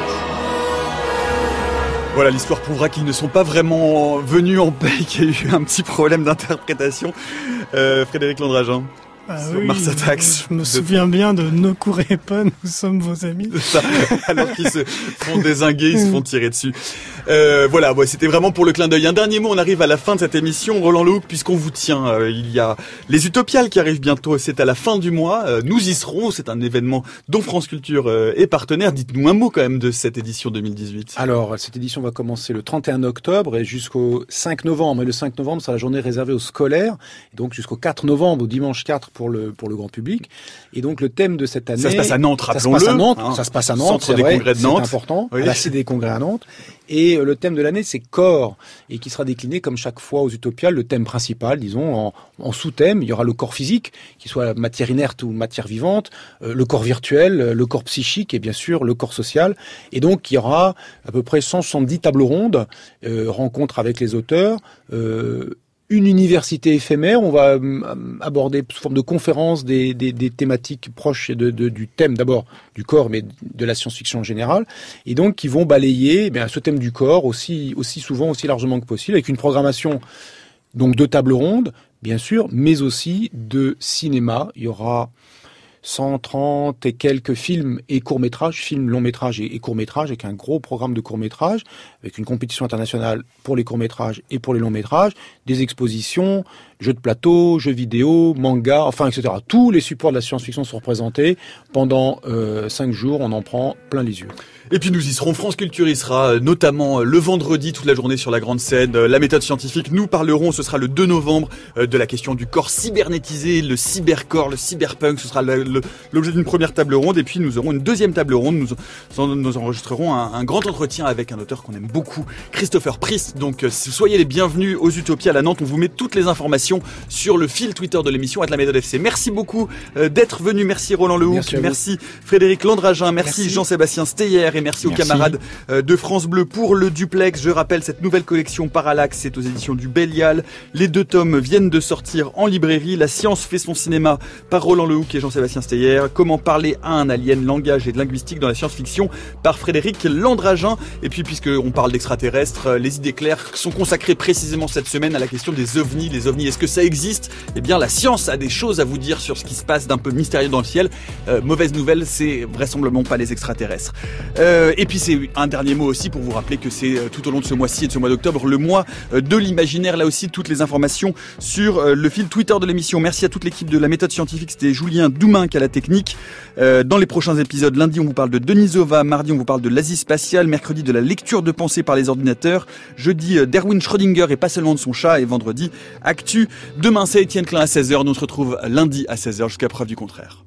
Voilà, l'histoire prouvera qu'ils ne sont pas vraiment venus en paix, qu'il y a eu un petit problème d'interprétation. Euh, Frédéric Landragin. Ah sur oui, Mars Attacks. Je me souviens bien de Ne courez pas, nous sommes vos amis. Ça, alors qu'ils se font dézinguer, ils se font tirer dessus. Euh, voilà, ouais, c'était vraiment pour le clin d'œil. Un dernier mot, on arrive à la fin de cette émission. Roland Lehoucq, puisqu'on vous tient, euh, il y a les Utopiales qui arrivent bientôt. C'est à la fin du mois. Euh, nous y serons. C'est un événement dont France Culture euh, est partenaire. Dites-nous un mot quand même de cette édition deux mille dix-huit. Alors, cette édition va commencer le trente et un octobre et jusqu'au cinq novembre. Et le cinq novembre sera la journée réservée aux scolaires. Et donc jusqu'au quatre novembre, au dimanche quatre pour le pour le grand public. Et donc le thème de cette année, ça se passe à Nantes, rappelons-le. Ça se passe à Nantes. Hein, ça se passe à Nantes. Centre des vrai, congrès de Nantes. C'est important. Oui. À la C D des congrès à Nantes. Et le thème de l'année, c'est corps, et qui sera décliné comme chaque fois aux Utopiales, le thème principal, disons, en, en sous-thème. Il y aura le corps physique, qui soit matière inerte ou matière vivante, euh, le corps virtuel, le corps psychique et bien sûr le corps social. Et donc, il y aura à peu près cent soixante-dix tables rondes, euh, rencontres avec les auteurs, euh, une université éphémère. On va aborder sous forme de conférences des, des, des thématiques proches de, de, du thème d'abord du corps, mais de la science-fiction en général, et donc qui vont balayer eh bien, ce thème du corps aussi, aussi souvent, aussi largement que possible, avec une programmation donc de tables rondes, bien sûr, mais aussi de cinéma. Il y aura cent trente et quelques films et courts-métrages, films, longs-métrages et, et courts-métrages, avec un gros programme de courts-métrages, avec une compétition internationale pour les courts-métrages et pour les longs-métrages, des expositions, jeux de plateau, jeux vidéo, mangas, enfin, et cetera. Tous les supports de la science-fiction sont représentés pendant euh, cinq jours. On en prend plein les yeux. Et puis nous y serons. France Culture y sera notamment le vendredi toute la journée sur la grande scène. La méthode scientifique, nous parlerons, ce sera le deux novembre, de la question du corps cybernétisé, le cybercorps, le cyberpunk. Ce sera l'objet d'une première table ronde. Et puis nous aurons une deuxième table ronde. Nous, nous enregistrerons un, un grand entretien avec un auteur qu'on aime beaucoup, Christopher Priest. Donc soyez les bienvenus aux Utopiales à Nantes. On vous met toutes les informations sur le fil Twitter de l'émission arobase la méthode F C. Merci beaucoup d'être venu. Merci Roland Lehoucq. Merci, merci Frédéric Landragin. Merci, merci. Jean-Sébastien Steyer. Et merci aux merci. camarades de France Bleu pour le duplex. Je rappelle, cette nouvelle collection Parallax, c'est aux éditions du Bélial. Les deux tomes viennent de sortir en librairie. La science fait son cinéma par Roland Lehoucq et Jean-Sébastien Steyer. Comment parler à un alien, langage et de linguistique dans la science-fiction par Frédéric Landragin. Et puis, puisqu'on parle d'extraterrestres, les idées claires sont consacrées précisément cette semaine à la question des ovnis. Les ovnis, est-ce que ça existe? Eh bien, la science a des choses à vous dire sur ce qui se passe d'un peu mystérieux dans le ciel. Euh, mauvaise nouvelle, c'est vraisemblablement pas les extraterrestres. Euh, et puis c'est un dernier mot aussi pour vous rappeler que c'est euh, tout au long de ce mois-ci et de ce mois d'octobre le mois euh, de l'imaginaire. Là aussi, toutes les informations sur euh, le fil Twitter de l'émission. Merci à toute l'équipe de la méthode scientifique. C'était Julien Doumain qui a la technique. Euh, dans les prochains épisodes, lundi on vous parle de Denisova, mardi on vous parle de l'Asie spatiale, mercredi de la lecture de pensée par les ordinateurs, jeudi euh, d'Erwin Schrödinger et pas seulement de son chat, et vendredi Actu. Demain c'est Étienne Klein à seize heures. Nous on se retrouve lundi à seize heures jusqu'à preuve du contraire.